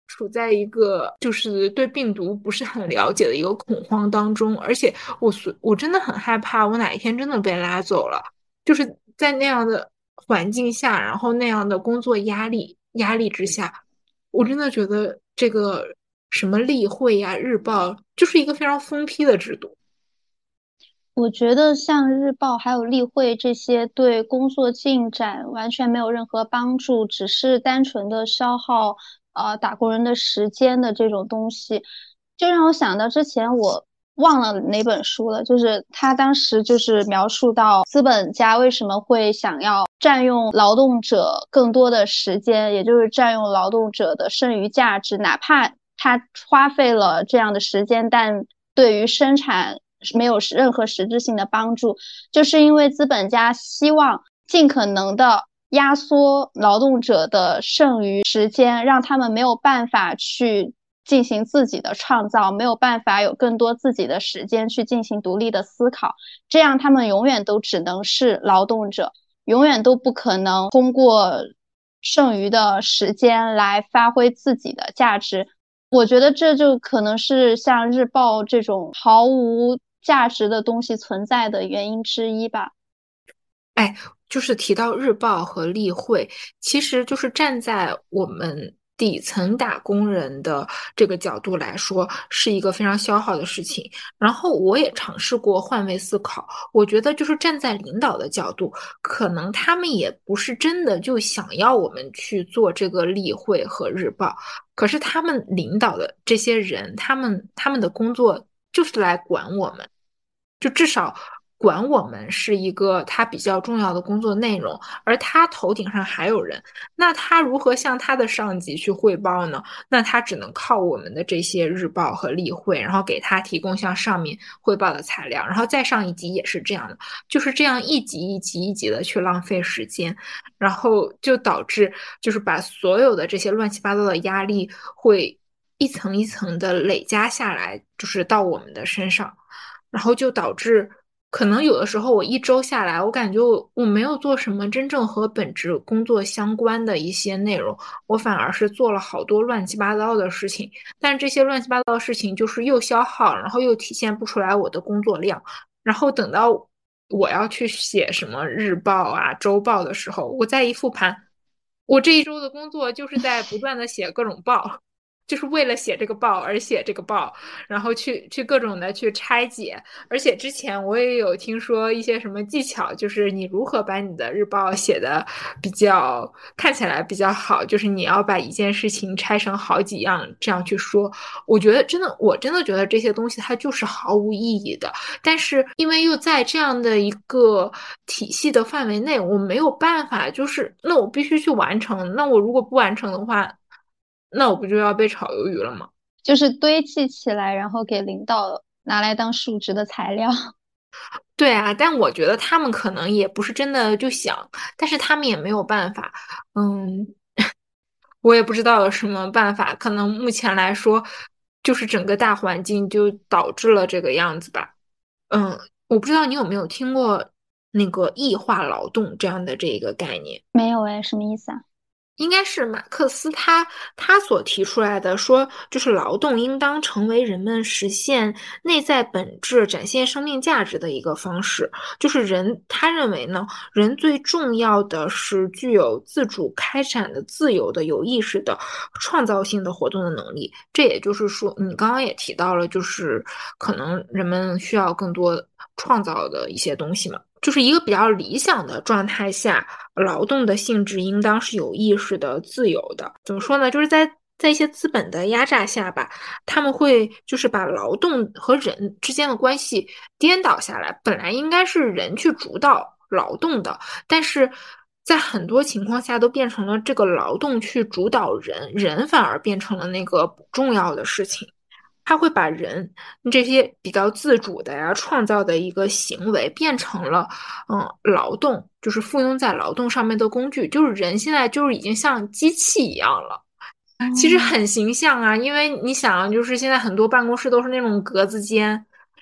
Speaker 1: 处在一个就是对病毒不是很了解的一个恐慌当中，而且我真的很害怕，我哪一天真的被拉走了，就是在那样的环境下，然后那样的工作压力之下，我真的觉得这个什么例会呀、日报就是一个非常疯批的制度。
Speaker 2: 我觉得像日报还有例会这些对工作进展完全没有任何帮助，只是单纯的消耗打工人的时间的这种东西，就让我想到之前我忘了哪本书了，就是他当时就是描述到资本家为什么会想要占用劳动者更多的时间，也就是占用劳动者的剩余价值，哪怕他花费了这样的时间，但对于生产没有任何实质性的帮助，就是因为资本家希望尽可能的压缩劳动者的剩余时间，让他们没有办法去进行自己的创造，没有办法有更多自己的时间去进行独立的思考，这样他们永远都只能是劳动者，永远都不可能通过剩余的时间来发挥自己的价值。我觉得这就可能是像日报这种毫无价值的东西存在的原因之一吧。
Speaker 1: 哎，就是提到日报和例会，其实就是站在我们底层打工人的这个角度来说，是一个非常消耗的事情。然后我也尝试过换位思考，我觉得就是站在领导的角度，可能他们也不是真的就想要我们去做这个例会和日报，可是他们领导的这些人，他们的工作就是来管我们。就至少管我们是一个他比较重要的工作内容，而他头顶上还有人，那他如何向他的上级去汇报呢？那他只能靠我们的这些日报和例会，然后给他提供向上面汇报的材料，然后再上一级也是这样的，就是这样一级一级一级的去浪费时间，然后就导致就是把所有的这些乱七八糟的压力会一层一层的累加下来，就是到我们的身上。然后就导致可能有的时候我一周下来，我感觉我没有做什么真正和本职工作相关的一些内容，我反而是做了好多乱七八糟的事情。但这些乱七八糟的事情就是又消耗，然后又体现不出来我的工作量。然后等到我要去写什么日报啊、周报的时候，我再一复盘，我这一周的工作就是在不断的写各种报。就是为了写这个报而写这个报，然后去各种的去拆解。而且之前我也有听说一些什么技巧，就是你如何把你的日报写的比较看起来比较好，就是你要把一件事情拆成好几样这样去说。我觉得真的，我真的觉得这些东西它就是毫无意义的。但是因为又在这样的一个体系的范围内，我没有办法，就是那我必须去完成。那我如果不完成的话，那我不就要被炒鱿鱼了吗？
Speaker 2: 就是堆砌起来，然后给领导拿来当述职的材料。
Speaker 1: 对啊，但我觉得他们可能也不是真的就想，但是他们也没有办法。嗯，我也不知道有什么办法，可能目前来说，就是整个大环境就导致了这个样子吧。嗯，我不知道你有没有听过那个异化劳动这样的这个概念。
Speaker 2: 没有哎，什么意思啊？
Speaker 1: 应该是马克思他所提出来的，说就是劳动应当成为人们实现内在本质、展现生命价值的一个方式。就是人，他认为呢，人最重要的是具有自主开展的、自由的、有意识的、创造性的活动的能力。这也就是说，你刚刚也提到了，就是可能人们需要更多创造的一些东西嘛。就是一个比较理想的状态下，劳动的性质应当是有意识的、自由的。怎么说呢？就是在一些资本的压榨下吧，他们会就是把劳动和人之间的关系颠倒下来。本来应该是人去主导劳动的，但是在很多情况下都变成了这个劳动去主导人，人反而变成了那个不重要的事情。他会把人这些比较自主的呀、创造的一个行为变成了，劳动，就是附庸在劳动上面的工具，就是人现在就是已经像机器一样了。其实
Speaker 2: 哦，
Speaker 1: 很形象啊，因为你想，就是现在很多办公室都是那种格子间，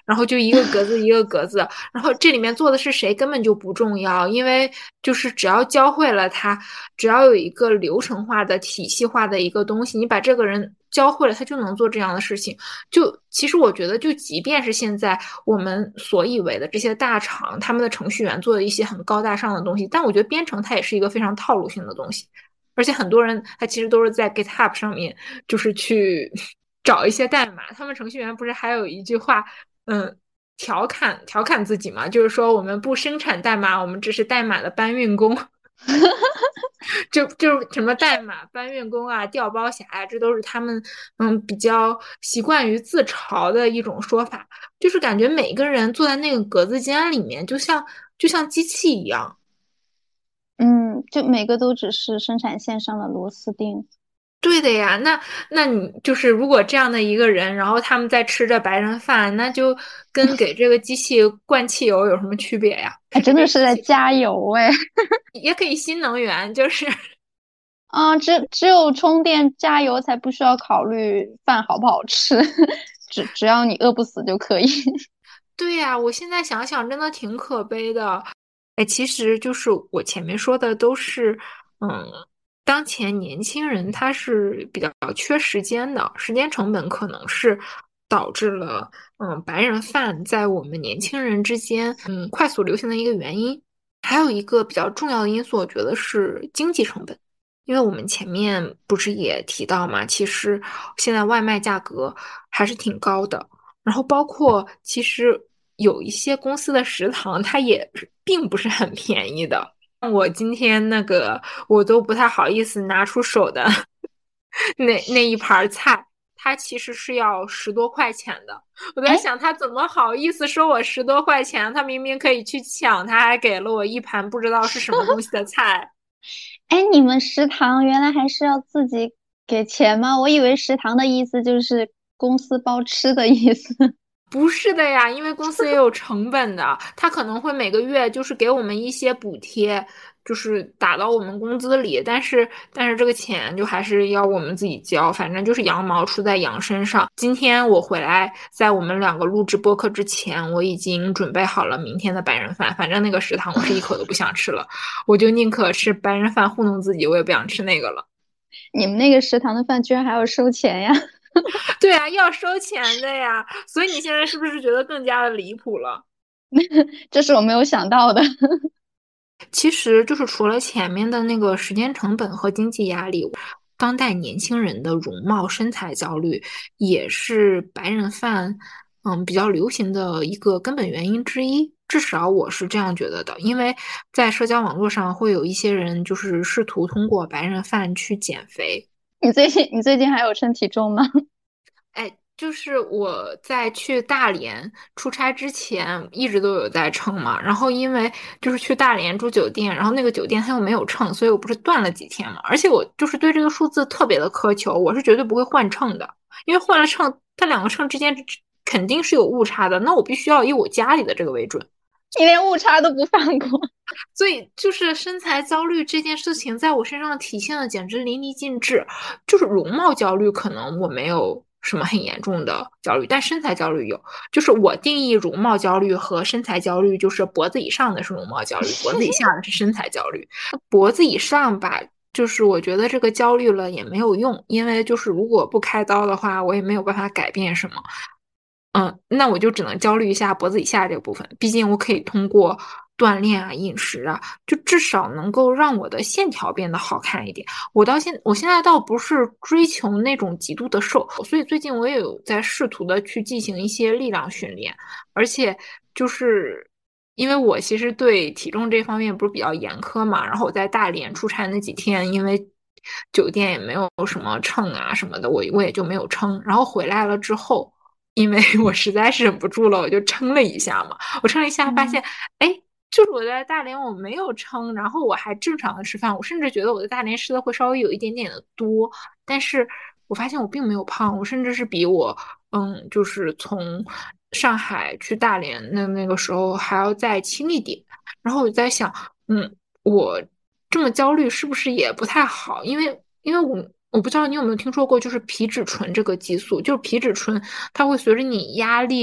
Speaker 1: 然后就一个格子一个格子，然后这里面做的是谁根本就不重要，因为就是只要教会了他，只要有一个流程化的、体系化的一个东西，你把这个人教会了，他就能做这样的事情。就其实我觉得，就即便是现在我们所以为的这些大厂，他们的程序员做的一些很高大上的东西，但我觉得编程它也是一个非常套路性的东西。而且很多人他其实都是在 GitHub 上面，就是去找一些代码。他们程序员不是还有一句话，嗯，调侃自己嘛，就是说我们不生产代码，我们只是代码的搬运工。就是什么代码搬运工啊、调包侠啊，这都是他们比较习惯于自嘲的一种说法。就是感觉每个人坐在那个格子间里面，就像机器一样。
Speaker 2: 嗯，就每个都只是生产线上的螺丝钉。
Speaker 1: 对的呀，那你就是如果这样的一个人，然后他们在吃着白人饭，那就跟给这个机器灌汽油有什么区别呀？
Speaker 2: 哎，
Speaker 1: 肯定被
Speaker 2: 真的是在
Speaker 1: 机器吃，
Speaker 2: 加油哎。
Speaker 1: 也可以新能源，就是
Speaker 2: 啊，只有充电加油才不需要考虑饭好不好吃，只要你饿不死就可以。
Speaker 1: 对呀。我现在想想，真的挺可悲的。哎，其实就是我前面说的都是，嗯，当前年轻人他是比较缺时间的，时间成本可能是导致了，白人饭在我们年轻人之间，快速流行的一个原因。还有一个比较重要的因素，我觉得是经济成本，因为我们前面不是也提到嘛，其实现在外卖价格还是挺高的。然后包括其实有一些公司的食堂，它也并不是很便宜的。我今天那个我都不太好意思拿出手的那一盘菜，它其实是要10多块钱的。我在
Speaker 2: 哎
Speaker 1: 想，他怎么好意思收我10多块钱？他明明可以去抢，他还给了我一盘不知道是什么东西的菜。
Speaker 2: 哎，你们食堂原来还是要自己给钱吗？我以为食堂的意思就是公司包吃的意思。
Speaker 1: 不是的呀，因为公司也有成本的，他可能会每个月就是给我们一些补贴，就是打到我们工资里，但是这个钱就还是要我们自己交，反正就是羊毛出在羊身上。今天我回来，在我们两个录制播客之前，我已经准备好了明天的白人饭，反正那个食堂我是一口都不想吃了，我就宁可吃白人饭糊弄自己，我也不想吃那个了。
Speaker 2: 你们那个食堂的饭居然还要收钱呀？
Speaker 1: 对啊，要收钱的呀，所以你现在是不是觉得更加的离谱了？
Speaker 2: 这是我没有想到的。
Speaker 1: 其实就是除了前面的那个时间成本和经济压力，当代年轻人的容貌身材焦虑也是白人饭比较流行的一个根本原因之一。至少我是这样觉得的，因为在社交网络上会有一些人就是试图通过白人饭去减肥。
Speaker 2: 你最近还有称体重吗？
Speaker 1: 哎，就是我在去大连出差之前，一直都有在称嘛。然后因为就是去大连住酒店，然后那个酒店它又没有秤，所以我不是断了几天嘛。而且我就是对这个数字特别的苛求，我是绝对不会换秤的，因为换了秤，它两个秤之间肯定是有误差的。那我必须要以我家里的这个为准。
Speaker 2: 你连误差都不放过。
Speaker 1: 所以就是身材焦虑这件事情，在我身上体现的简直淋漓尽致。就是容貌焦虑，可能我没有什么很严重的焦虑，但身材焦虑有。就是我定义容貌焦虑和身材焦虑，就是脖子以上的是容貌焦虑，脖子以下的是身材焦虑。脖子以上吧，就是我觉得这个焦虑了也没有用，因为就是如果不开刀的话，我也没有办法改变什么。那我就只能焦虑一下脖子以下这个部分，毕竟我可以通过锻炼啊、饮食啊，就至少能够让我的线条变得好看一点。我现在倒不是追求那种极度的瘦，所以最近我也有在试图的去进行一些力量训练，而且就是因为我其实对体重这方面不是比较严苛嘛，然后我在大连出差那几天，因为酒店也没有什么秤啊什么的，我也就没有称，然后回来了之后。因为我实在是忍不住了，我就称了一下嘛。我称了一下，发
Speaker 2: 嗯，
Speaker 1: 现，哎，就是我在大连我没有称，然后我还正常的吃饭，我甚至觉得我在大连吃的会稍微有一点点的多，但是我发现我并没有胖，我甚至是比我，就是从上海去大连那个时候还要再轻一点。然后我就在想，我这么焦虑是不是也不太好？因为我不知道你有没有听说过，就是皮质醇这个激素，就是皮质醇，它会随着你压力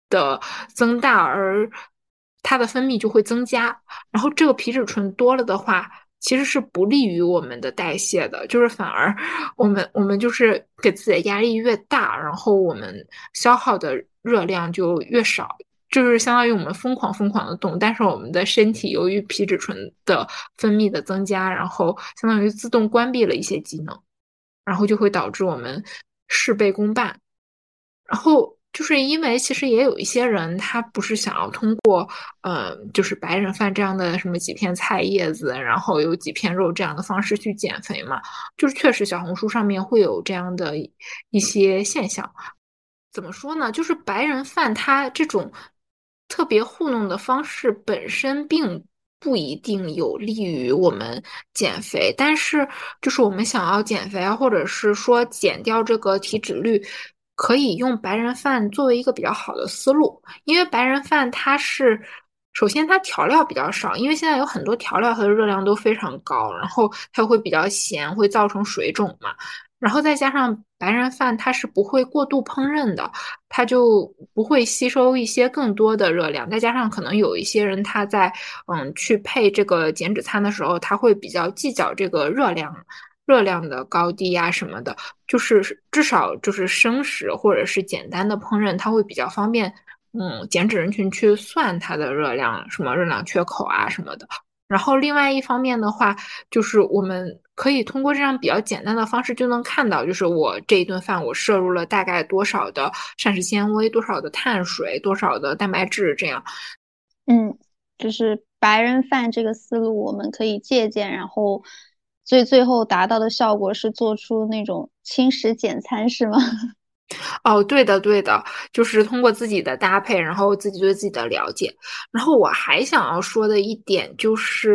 Speaker 1: 的增大，而它的分泌就会增加。然后这个皮质醇多了的话，其实是不利于我们的代谢的，就是反而我们就是给自己的压力越大，然后我们消耗的热量就越少。就是相当于我们疯狂的动，但是我们的身体由于皮质醇的分泌的增加，然后相当于自动关闭了一些机能，然后就会导致我们事倍功半。然后就是因为其实也有一些人，他不是想要通过就是白人饭这样的什么几片菜叶子，然后有几片肉这样的方式去减肥嘛，就是确实小红书上面会有这样的一些现象。怎么说呢？就是白人饭它这种特别糊弄的方式本身并不一定有利于我们减肥，但是就是我们想要减肥啊，或者是说减掉这个体脂率，可以用白人饭作为一个比较好的思路，因为白人饭它是。首先，它调料比较少，因为现在有很多调料它的热量都非常高，然后它会比较咸，会造成水肿嘛。然后再加上白人饭，它是不会过度烹饪的，它就不会吸收一些更多的热量。再加上可能有一些人他在去配这个减脂餐的时候，他会比较计较这个热量的高低呀、什么的，就是至少就是生食或者是简单的烹饪，它会比较方便。减脂人群去算它的热量，什么热量缺口啊什么的。然后另外一方面的话，就是我们可以通过这样比较简单的方式就能看到，就是我这一顿饭我摄入了大概多少的膳食纤维、多少的碳水、多少的蛋白质，这样。
Speaker 2: 嗯，就是白人饭这个思路，我们可以借鉴，然后最后达到的效果是做出那种轻食简餐，是吗？
Speaker 1: 哦，对的，对的，就是通过自己的搭配，然后自己对自己的了解。然后我还想要说的一点就是，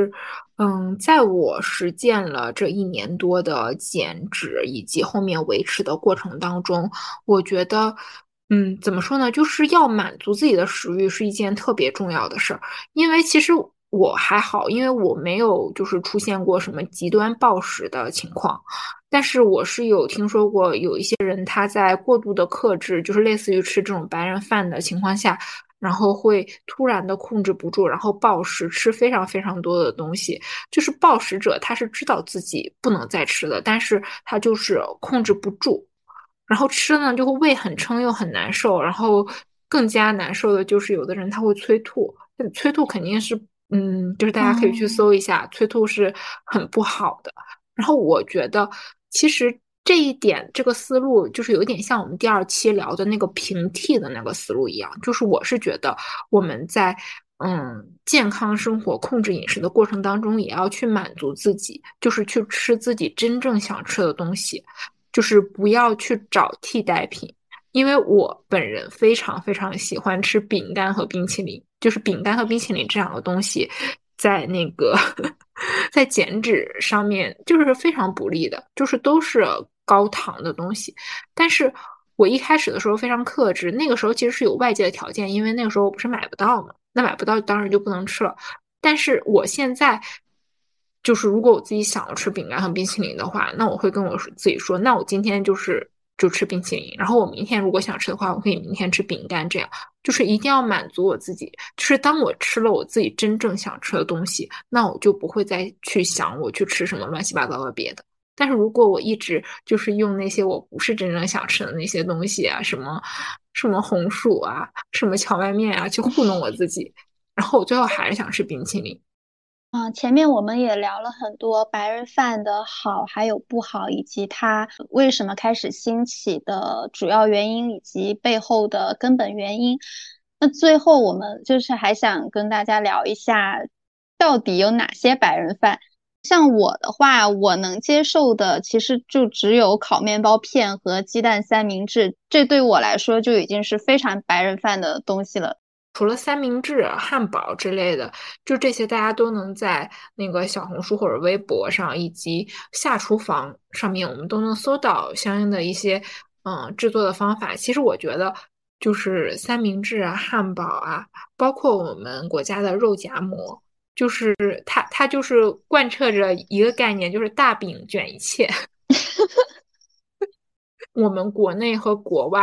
Speaker 1: 在我实践了这1年多的减脂以及后面维持的过程当中，我觉得，怎么说呢，就是要满足自己的食欲是一件特别重要的事儿。因为其实我还好，因为我没有就是出现过什么极端暴食的情况。但是我是有听说过有一些人他在过度的克制，就是类似于吃这种白人饭的情况下，然后会突然的控制不住，然后暴食，吃非常非常多的东西。就是暴食者他是知道自己不能再吃的，但是他就是控制不住，然后吃呢就会胃很撑又很难受，然后更加难受的就是有的人他会催吐，催吐肯定是，就是大家可以去
Speaker 2: 嗯
Speaker 1: 搜一下，催吐是很不好的。然后我觉得，其实这一点这个思路就是有点像我们第二期聊的那个平替的那个思路一样，就是我是觉得我们在健康生活、控制饮食的过程当中，也要去满足自己，就是去吃自己真正想吃的东西，就是不要去找替代品。因为我本人非常非常喜欢吃饼干和冰淇淋，就是饼干和冰淇淋这两个东西，在那个在减脂上面就是非常不利的，就是都是高糖的东西。但是我一开始的时候非常克制，那个时候其实是有外界的条件，因为那个时候我不是买不到嘛，那买不到当然就不能吃了。但是我现在就是如果我自己想要吃饼干和冰淇淋的话，那我会跟我自己说，那我今天就吃冰淇淋，然后我明天如果想吃的话，我可以明天吃饼干，这样就是一定要满足我自己。就是当我吃了我自己真正想吃的东西，那我就不会再去想我去吃什么乱七八糟的别的。但是如果我一直就是用那些我不是真正想吃的那些东西啊，什么红薯啊，什么荞麦面啊，去糊弄我自己，然后我最后还是想吃冰淇淋。
Speaker 2: 前面我们也聊了很多白人饭的好还有不好，以及它为什么开始兴起的主要原因，以及背后的根本原因。那最后我们就是还想跟大家聊一下，到底有哪些白人饭。像我的话，我能接受的其实就只有烤面包片和鸡蛋三明治，这对我来说就已经是非常白人饭的东西了。
Speaker 1: 除了三明治、汉堡之类的，就这些大家都能在那个小红书或者微博上，以及下厨房上面，我们都能搜到相应的一些制作的方法。其实我觉得，就是三明治啊、汉堡啊，包括我们国家的肉夹馍，就是它就是贯彻着一个概念，就是大饼卷一切。我们国内和国外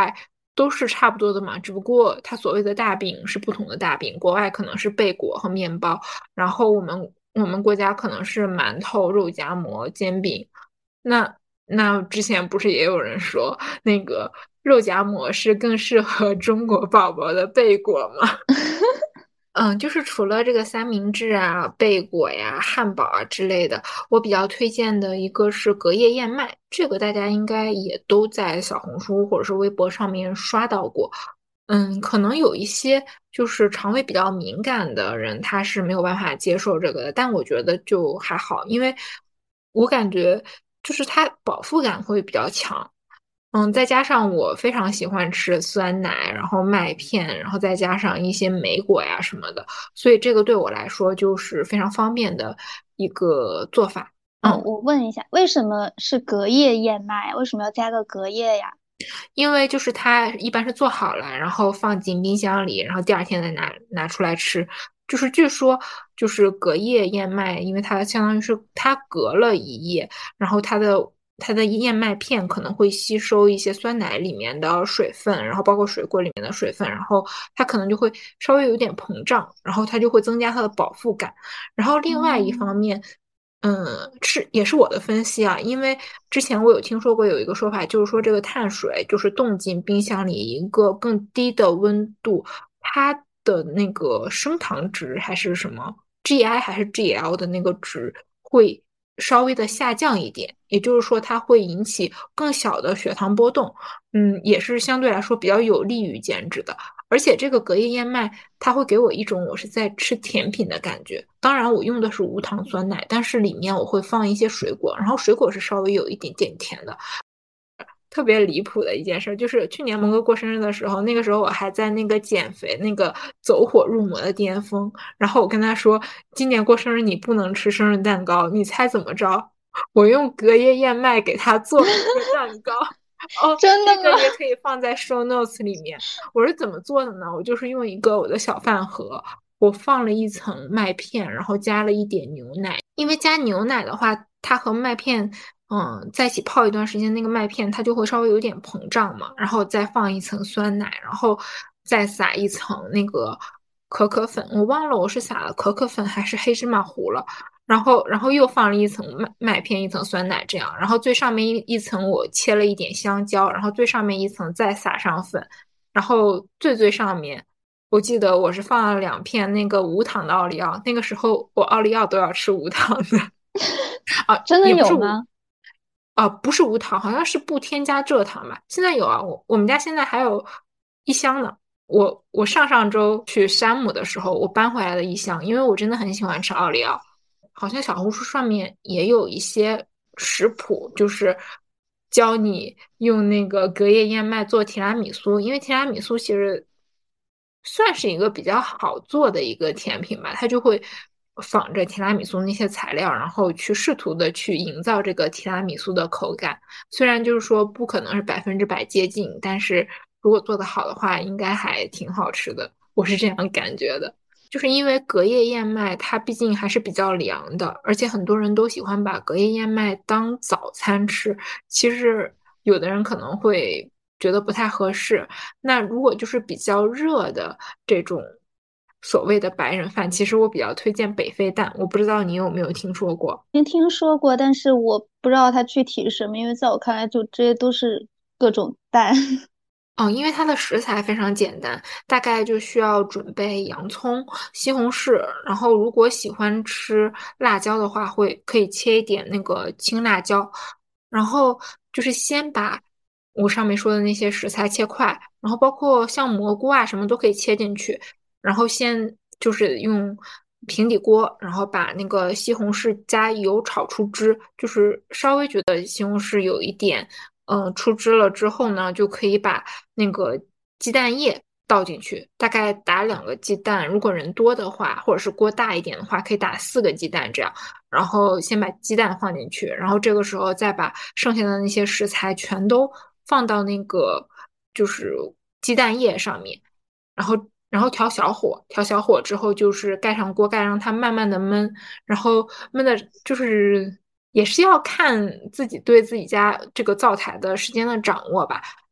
Speaker 1: 都是差不多的嘛，只不过它所谓的大饼是不同的大饼，国外可能是贝果和面包，然后我们国家可能是馒头、肉夹馍、煎饼。那那之前不是也有人说那个肉夹馍是更适合中国宝宝的贝果吗？就是除了这个三明治啊、贝果呀、汉堡啊之类的，我比较推荐的一个是隔夜燕麦，这个大家应该也都在小红书或者是微博上面刷到过。可能有一些就是肠胃比较敏感的人，他是没有办法接受这个的，但我觉得就还好，因为我感觉就是它饱腹感会比较强。再加上我非常喜欢吃酸奶，然后麦片，然后再加上一些莓果呀什么的，所以这个对我来说就是非常方便的一个做法。
Speaker 2: 我问一下，为什么是隔夜燕麦？为什么要加个隔夜呀？
Speaker 1: 因为就是它一般是做好了，然后放进冰箱里，然后第二天再拿出来吃。就是据说就是隔夜燕麦，因为它相当于是它隔了一夜，然后它的燕麦片可能会吸收一些酸奶里面的水分，然后包括水果里面的水分，然后它可能就会稍微有点膨胀，然后它就会增加它的饱腹感。然后另外一方
Speaker 2: 哦，
Speaker 1: 面，也是我的分析啊，因为之前我有听说过有一个说法，就是说这个碳水就是冻进冰箱里一个更低的温度，它的那个升糖值还是什么 GI 还是 GL 的那个值会稍微的下降一点，也就是说它会引起更小的血糖波动，也是相对来说比较有利于减脂的。而且这个隔夜燕麦，它会给我一种我是在吃甜品的感觉。当然，我用的是无糖酸奶，但是里面我会放一些水果，然后水果是稍微有一点点甜的。特别离谱的一件事，就是去年蒙哥过生日的时候，那个时候我还在那个减肥那个走火入魔的巅峰，然后我跟他说，今年过生日你不能吃生日蛋糕，你猜怎么着？我用隔夜燕麦给他做了一个蛋糕。哦，
Speaker 2: 真的吗？
Speaker 1: 这个也可以放在 show notes 里面。我是怎么做的呢？我就是用一个我的小饭盒，我放了一层麦片，然后加了一点牛奶。因为加牛奶的话，它和麦片，在一起泡一段时间，那个麦片它就会稍微有点膨胀嘛。然后再放一层酸奶，然后再撒一层那个可可粉。我忘了我是撒了可可粉还是黑芝麻糊了。然后又放了一层麦片，一层酸奶，这样，然后最上面一层我切了一点香蕉，然后最上面一层再撒上粉，然后最上面，我记得我是放了2片那个无糖的奥利奥，那个时候我奥利奥都要吃无糖的。啊，
Speaker 2: 真的
Speaker 1: 也不是无
Speaker 2: 有吗？
Speaker 1: 不是无糖，好像是不添加蔗糖吧。现在有啊，我们家现在还有一箱呢。我上上周去山姆的时候，我搬回来了一箱，因为我真的很喜欢吃奥利奥。好像小红书上面也有一些食谱，就是教你用那个隔夜燕麦做提拉米苏，因为提拉米苏其实算是一个比较好做的一个甜品吧，它就会仿着提拉米苏那些材料，然后去试图的去营造这个提拉米苏的口感。虽然就是说不可能是100%接近，但是如果做得好的话，应该还挺好吃的，我是这样感觉的。就是因为隔夜燕麦它毕竟还是比较凉的，而且很多人都喜欢把隔夜燕麦当早餐吃。其实有的人可能会觉得不太合适。那如果就是比较热的这种所谓的白人饭，其实我比较推荐北非蛋，我不知道你有没有听说过。
Speaker 2: 听说过，但是我不知道它具体是什么，因为在我看来，就这些都是各种蛋。
Speaker 1: 因为它的食材非常简单，大概就需要准备洋葱、西红柿，然后如果喜欢吃辣椒的话，可以切一点那个青辣椒，然后就是先把我上面说的那些食材切块，然后包括像蘑菇啊什么都可以切进去，然后先就是用平底锅，然后把那个西红柿加油炒出汁，就是稍微觉得西红柿有一点出汁了之后呢，就可以把那个鸡蛋液倒进去，大概打2个鸡蛋，如果人多的话，或者是锅大一点的话，可以打4个鸡蛋这样。然后先把鸡蛋放进去，然后这个时候再把剩下的那些食材全都放到那个就是鸡蛋液上面，然后调小火之后就是盖上锅盖，让它慢慢的焖，然后焖的就是也是要看自己对自己家这个灶台的时间的掌握吧。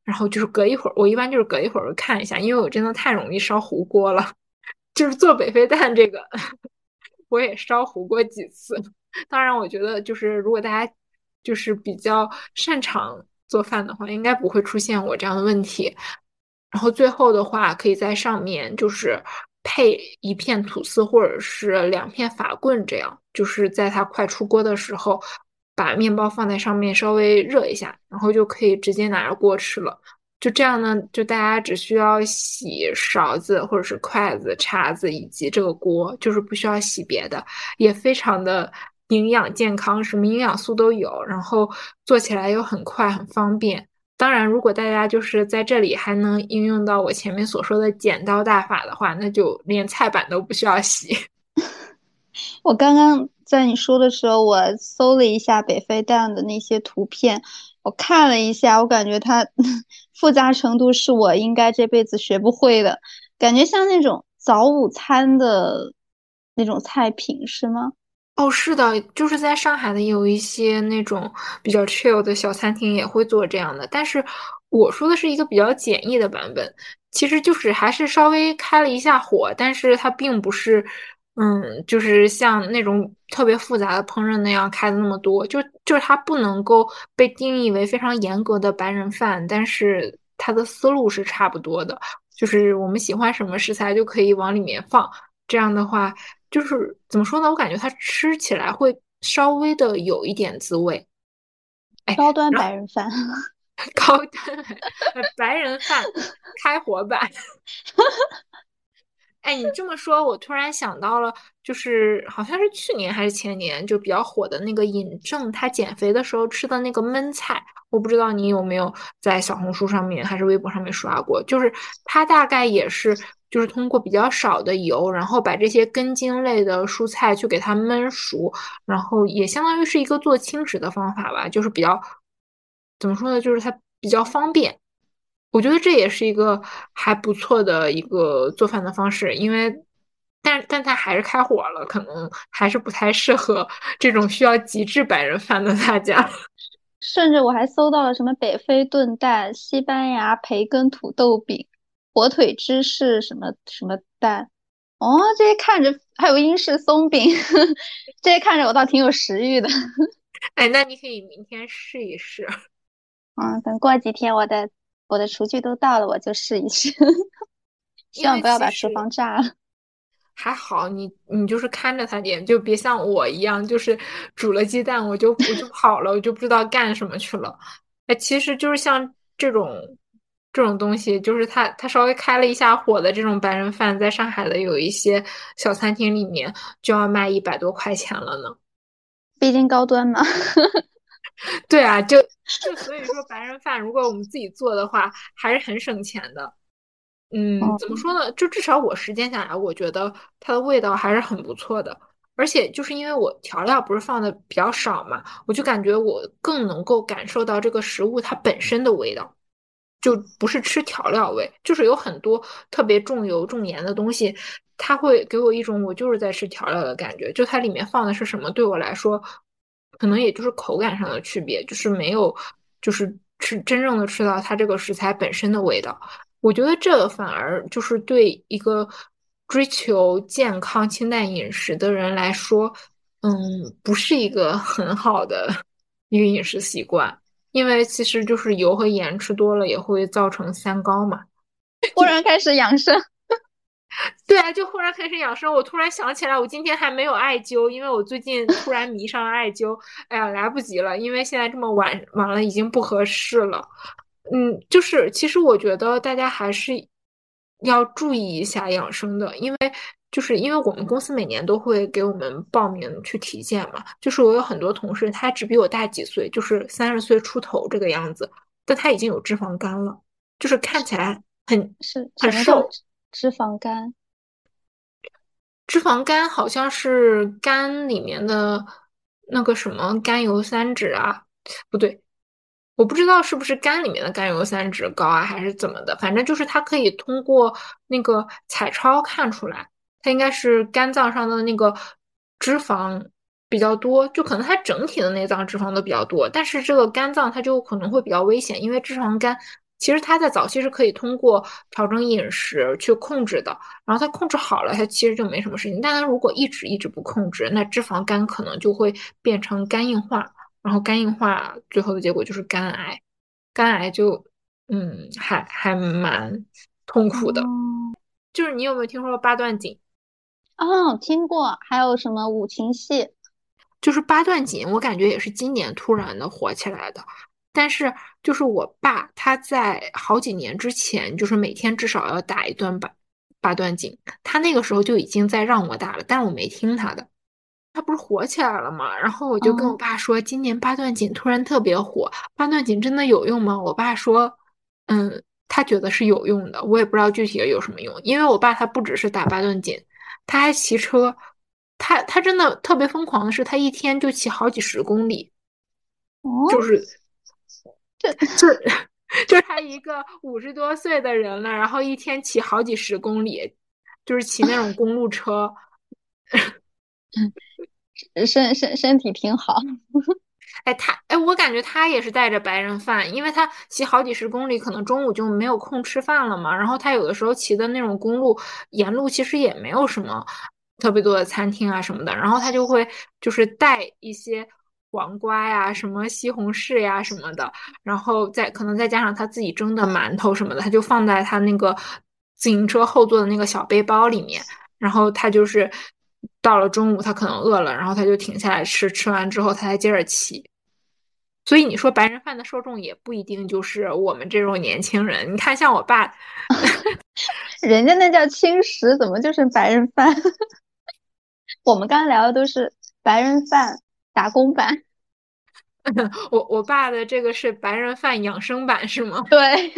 Speaker 1: 然后就是隔一会儿，我一般就是隔一会儿看一下，因为我真的太容易烧糊锅了。就是做北非蛋这个，我也烧糊过几次。当然，我觉得就是如果大家就是比较擅长做饭的话，应该不会出现我这样的问题。然后最后的话，可以在上面就是配一片吐司或者是2片法棍，这样就是在它快出锅的时候，把面包放在上面稍微热一下，然后就可以直接拿着锅吃了。就这样呢，就大家只需要洗勺子或者是筷子、叉子以及这个锅，就是不需要洗别的，也非常的营养健康，什么营养素都有，然后做起来又很快很方便。当然，如果大家就是在这里还能应用到我前面所说的剪刀大法的话，那就连菜板都不需要洗。
Speaker 2: 我刚刚在你说的时候，我搜了一下北非蛋的那些图片，我看了一下，我感觉它复杂程度是我应该这辈子学不会的，感觉像那种早午餐的那种菜品，是吗？
Speaker 1: 哦，是的，就是在上海的有一些那种比较 chill 的小餐厅也会做这样的，但是我说的是一个比较简易的版本，其实就是还是稍微开了一下火，但是它并不是，就是像那种特别复杂的烹饪那样开的那么多，就是它不能够被定义为非常严格的白人饭，但是它的思路是差不多的，就是我们喜欢什么食材就可以往里面放。这样的话，就是怎么说呢？我感觉它吃起来会稍微的有一点滋味。哎，
Speaker 2: 高端
Speaker 1: 然后
Speaker 2: 白人饭。
Speaker 1: 高端白人饭开火版。哎，你这么说，我突然想到了，就是好像是去年还是前年，就比较火的那个尹正，他减肥的时候吃的那个焖菜，我不知道你有没有在小红书上面还是微博上面刷过，就是他大概也是就是通过比较少的油，然后把这些根茎类的蔬菜去给它焖熟，然后也相当于是一个做轻食的方法吧，就是比较怎么说呢，就是它比较方便。我觉得这也是一个还不错的一个做饭的方式，因为，但它还是开火了，可能还是不太适合这种需要极致白人饭的大家。
Speaker 2: 甚至我还搜到了什么北非炖蛋、西班牙培根土豆饼、火腿芝士什么什么蛋。哦，这些看着还有英式松饼，这些看着我倒挺有食欲的。
Speaker 1: 哎，那你可以明天试一试，
Speaker 2: 嗯，等过几天我的厨具都到了，我就试一试。希
Speaker 1: 因为
Speaker 2: 望不要把厨
Speaker 1: 其实
Speaker 2: 房炸了。
Speaker 1: 还好你就是看着它点，就别像我一样，就是煮了鸡蛋我就跑了，我就不知道干什么去了。哎，其实就是像这种东西，就是它稍微开了一下火的这种白人饭，在上海的有一些小餐厅里面就要卖100多块钱了呢。
Speaker 2: 毕竟高端嘛。
Speaker 1: 对啊，就所以说白人饭如果我们自己做的话，还是很省钱的。怎么
Speaker 2: 嗯，
Speaker 1: 说呢？就至少我实践下来，我觉得它的味道还是很不错的。而且就是因为我调料不是放的比较少嘛，我就感觉我更能够感受到这个食物它本身的味道，就不是吃调料味，就是有很多特别重油重盐的东西，它会给我一种我就是在吃调料的感觉。就它里面放的是什么，对我来说，可能也就是口感上的区别，就是没有就是真正的吃到它这个食材本身的味道。我觉得这反而就是对一个追求健康清淡饮食的人来说，不是一个很好的一个饮食习惯，因为其实就是油和盐吃多了也会造成三高嘛。
Speaker 2: 忽然开始养生。
Speaker 1: 对啊，就忽然开始养生，我突然想起来，我今天还没有艾灸，因为我最近突然迷上了艾灸。哎呀，来不及了，因为现在这么晚了，已经不合适了。就是其实我觉得大家还是要注意一下养生的，就是因为我们公司每年都会给我们报名去体检嘛。就是我有很多同事，他只比我大几岁，就是30岁出头这个样子，但他已经有脂肪肝了，就是看起来很
Speaker 2: 是什么叫
Speaker 1: 很瘦。
Speaker 2: 脂肪肝？
Speaker 1: 脂肪肝好像是肝里面的那个什么甘油三酯啊，不对，我不知道是不是肝里面的甘油三酯高啊，还是怎么的，反正就是它可以通过那个彩超看出来，它应该是肝脏上的那个脂肪比较多，就可能它整体的内脏脂肪都比较多，但是这个肝脏它就可能会比较危险，因为脂肪肝。 其实它在早期是可以通过调整饮食去控制的，然后它控制好了，它其实就没什么事情。但它如果一直不控制，那脂肪肝可能就会变成肝硬化，然后肝硬化最后的结果就是肝癌，肝癌就还蛮痛苦的。
Speaker 2: 哦
Speaker 1: 就是你有没有听说过八段锦？
Speaker 2: 哦，听过，还有什么五禽戏？
Speaker 1: 就是八段锦，我感觉也是今年突然的火起来的。但是就是我爸他在好几年之前，就是每天至少要打一段八段锦，他那个时候就已经在让我打了，但是我没听他的。他不是火起来了吗？然后我就跟我
Speaker 2: 嗯
Speaker 1: 爸说，今年八段锦突然特别火，八段锦真的有用吗？我爸说，他觉得是有用的，我也不知道具体的有什么用，因为我爸他不只是打八段锦，他还骑车，他真的特别疯狂的是，他一天就骑好几十公里，就
Speaker 2: 哦，
Speaker 1: 是
Speaker 2: 这
Speaker 1: 就是就是他一个50多岁的人了，然后一天骑好几十公里，就是骑那种公路车。
Speaker 2: 身体挺好。
Speaker 1: 我感觉他也是带着白人饭，因为他骑好几十公里，可能中午就没有空吃饭了嘛。然后他有的时候骑的那种公路，沿路其实也没有什么特别多的餐厅啊什么的，然后他就会就是带一些黄瓜呀、什么西红柿呀什么的，然后可能再加上他自己蒸的馒头什么的，他就放在他那个自行车后座的那个小背包里面。然后他就是到了中午，他可能饿了，然后他就停下来吃，吃完之后他才接着骑。所以你说白人饭的受众也不一定就是我们这种年轻人。你看，像我爸，
Speaker 2: 人家那叫轻食，怎么就是白人饭？我们刚刚聊的都是白人饭打工版。
Speaker 1: 我爸的这个是白人饭养生版是吗？
Speaker 2: 对，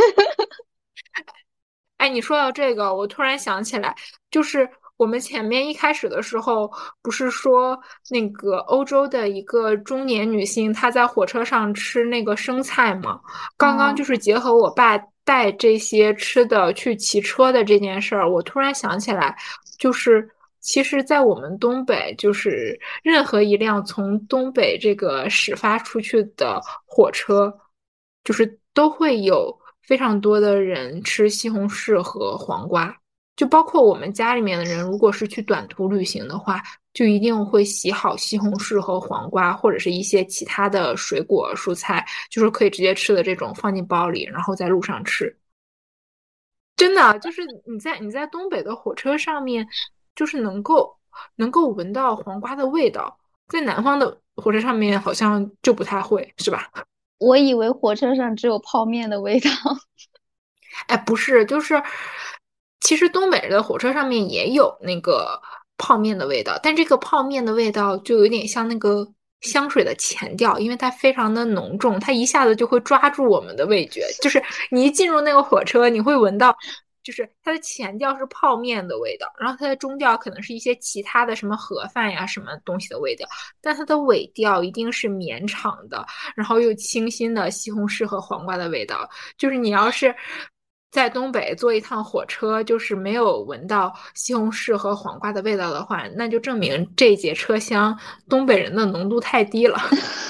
Speaker 1: 哎，你说到这个，我突然想起来，就是我们前面一开始的时候，不是说那个欧洲的一个中年女性，她在火车上吃那个生菜吗？刚刚就
Speaker 2: 哦，
Speaker 1: 是结合我爸带这些吃的去骑车的这件事儿，我突然想起来，就是其实，在我们东北，就是任何一辆从东北这个始发出去的火车。就是都会有非常多的人吃西红柿和黄瓜，就包括我们家里面的人，如果是去短途旅行的话，就一定会洗好西红柿和黄瓜，或者是一些其他的水果、蔬菜，就是可以直接吃的这种，放进包里，然后在路上吃。真的，就是你在东北的火车上面，就是能够闻到黄瓜的味道，在南方的火车上面好像就不太会，是吧？
Speaker 2: 我以为火车上只有泡面的味道。
Speaker 1: 哎，不是，就是其实东北的火车上面也有那个泡面的味道，但这个泡面的味道就有点像那个香水的前调，因为它非常的浓重，它一下子就会抓住我们的味觉。就是你一进入那个火车，你会闻到，就是它的前调是泡面的味道，然后它的中调可能是一些其他的什么盒饭呀什么东西的味道，但它的尾调一定是绵长的，然后又清新的西红柿和黄瓜的味道。就是你要是在东北坐一趟火车，就是没有闻到西红柿和黄瓜的味道的话，那就证明这一节车厢东北人的浓度太低了。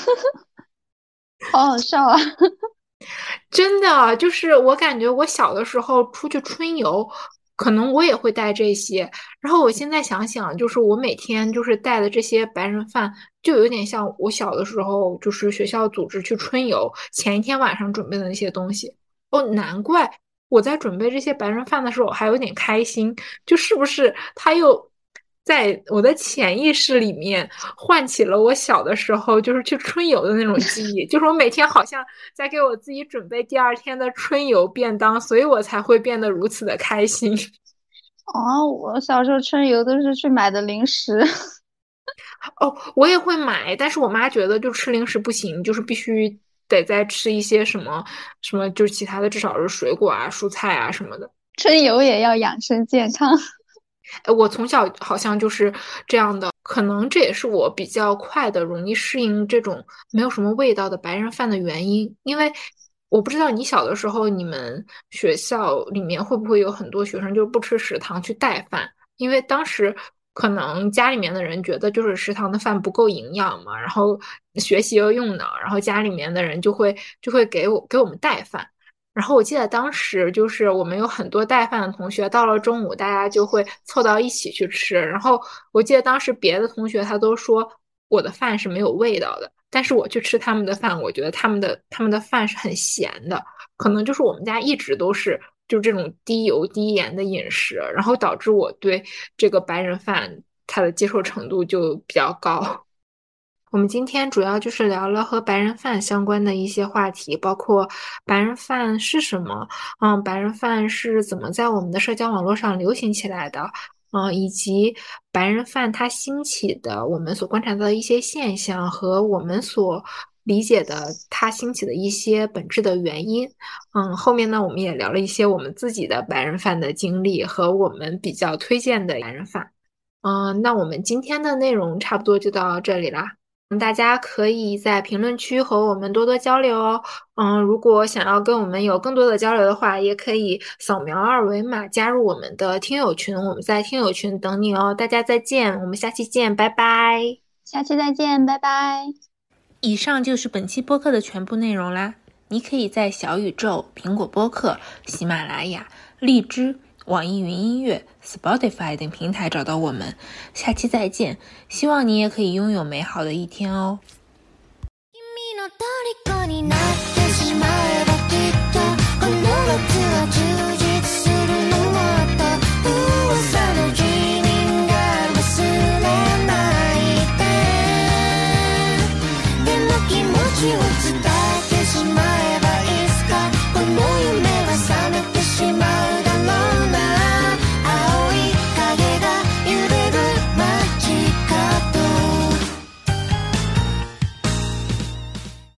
Speaker 2: 好好笑啊！
Speaker 1: 真的，就是我感觉我小的时候出去春游，可能我也会带这些。然后我现在想想，就是我每天就是带的这些白人饭，就有点像我小的时候，就是学校组织去春游前一天晚上准备的那些东西。哦，难怪我在准备这些白人饭的时候，我还有点开心，就是不是他又在我的潜意识里面唤起了我小的时候就是去春游的那种记忆，就是我每天好像在给我自己准备第二天的春游便当，所以我才会变得如此的开心。
Speaker 2: 哦，我小时候春游都是去买的零食。
Speaker 1: 哦，我也会买，但是我妈觉得就吃零食不行，就是必须得再吃一些什么什么，就是其他的，至少是水果啊、蔬菜啊什么的。
Speaker 2: 春游也要养生健康。
Speaker 1: 我从小好像就是这样的，可能这也是我比较快的容易适应这种没有什么味道的白人饭的原因。因为我不知道你小的时候，你们学校里面会不会有很多学生就不吃食堂去带饭，因为当时可能家里面的人觉得就是食堂的饭不够营养嘛，然后学习要用脑，然后家里面的人就会给我们带饭。 然后我记得当时就是我们有很多带饭的同学，到了中午大家就会凑到一起去吃。然后我记得当时别的同学他都说我的饭是没有味道的，但是我去吃他们的饭，我觉得他们的饭是很咸的，可能就是我们家一直都是就这种低油低盐的饮食，然后导致我对这个白人饭它的接受程度就比较高。我们今天主要就是聊了和白人饭相关的一些话题，包括白人饭是什么，白人饭是怎么在我们的社交网络上流行起来的，以及白人饭它兴起的我们所观察到的一些现象和我们所理解的它兴起的一些本质的原因。后面呢，我们也聊了一些我们自己的白人饭的经历和我们比较推荐的白人饭。那我们今天的内容差不多就到这里啦。大家可以在评论区和我们多多交流哦。如果想要跟我们有更多的交流的话，也可以扫描二维码加入我们的听友群，我们在听友群等你哦。大家再见，我们下期见，拜拜。
Speaker 2: 下期再见，拜拜。
Speaker 3: 以上就是本期播客的全部内容啦。你可以在小宇宙、苹果播客、喜马拉雅、荔枝、网易云音乐、Spotify 等平台找到我们。下期再见，希望你也可以拥有美好的一天哦。君の虜になる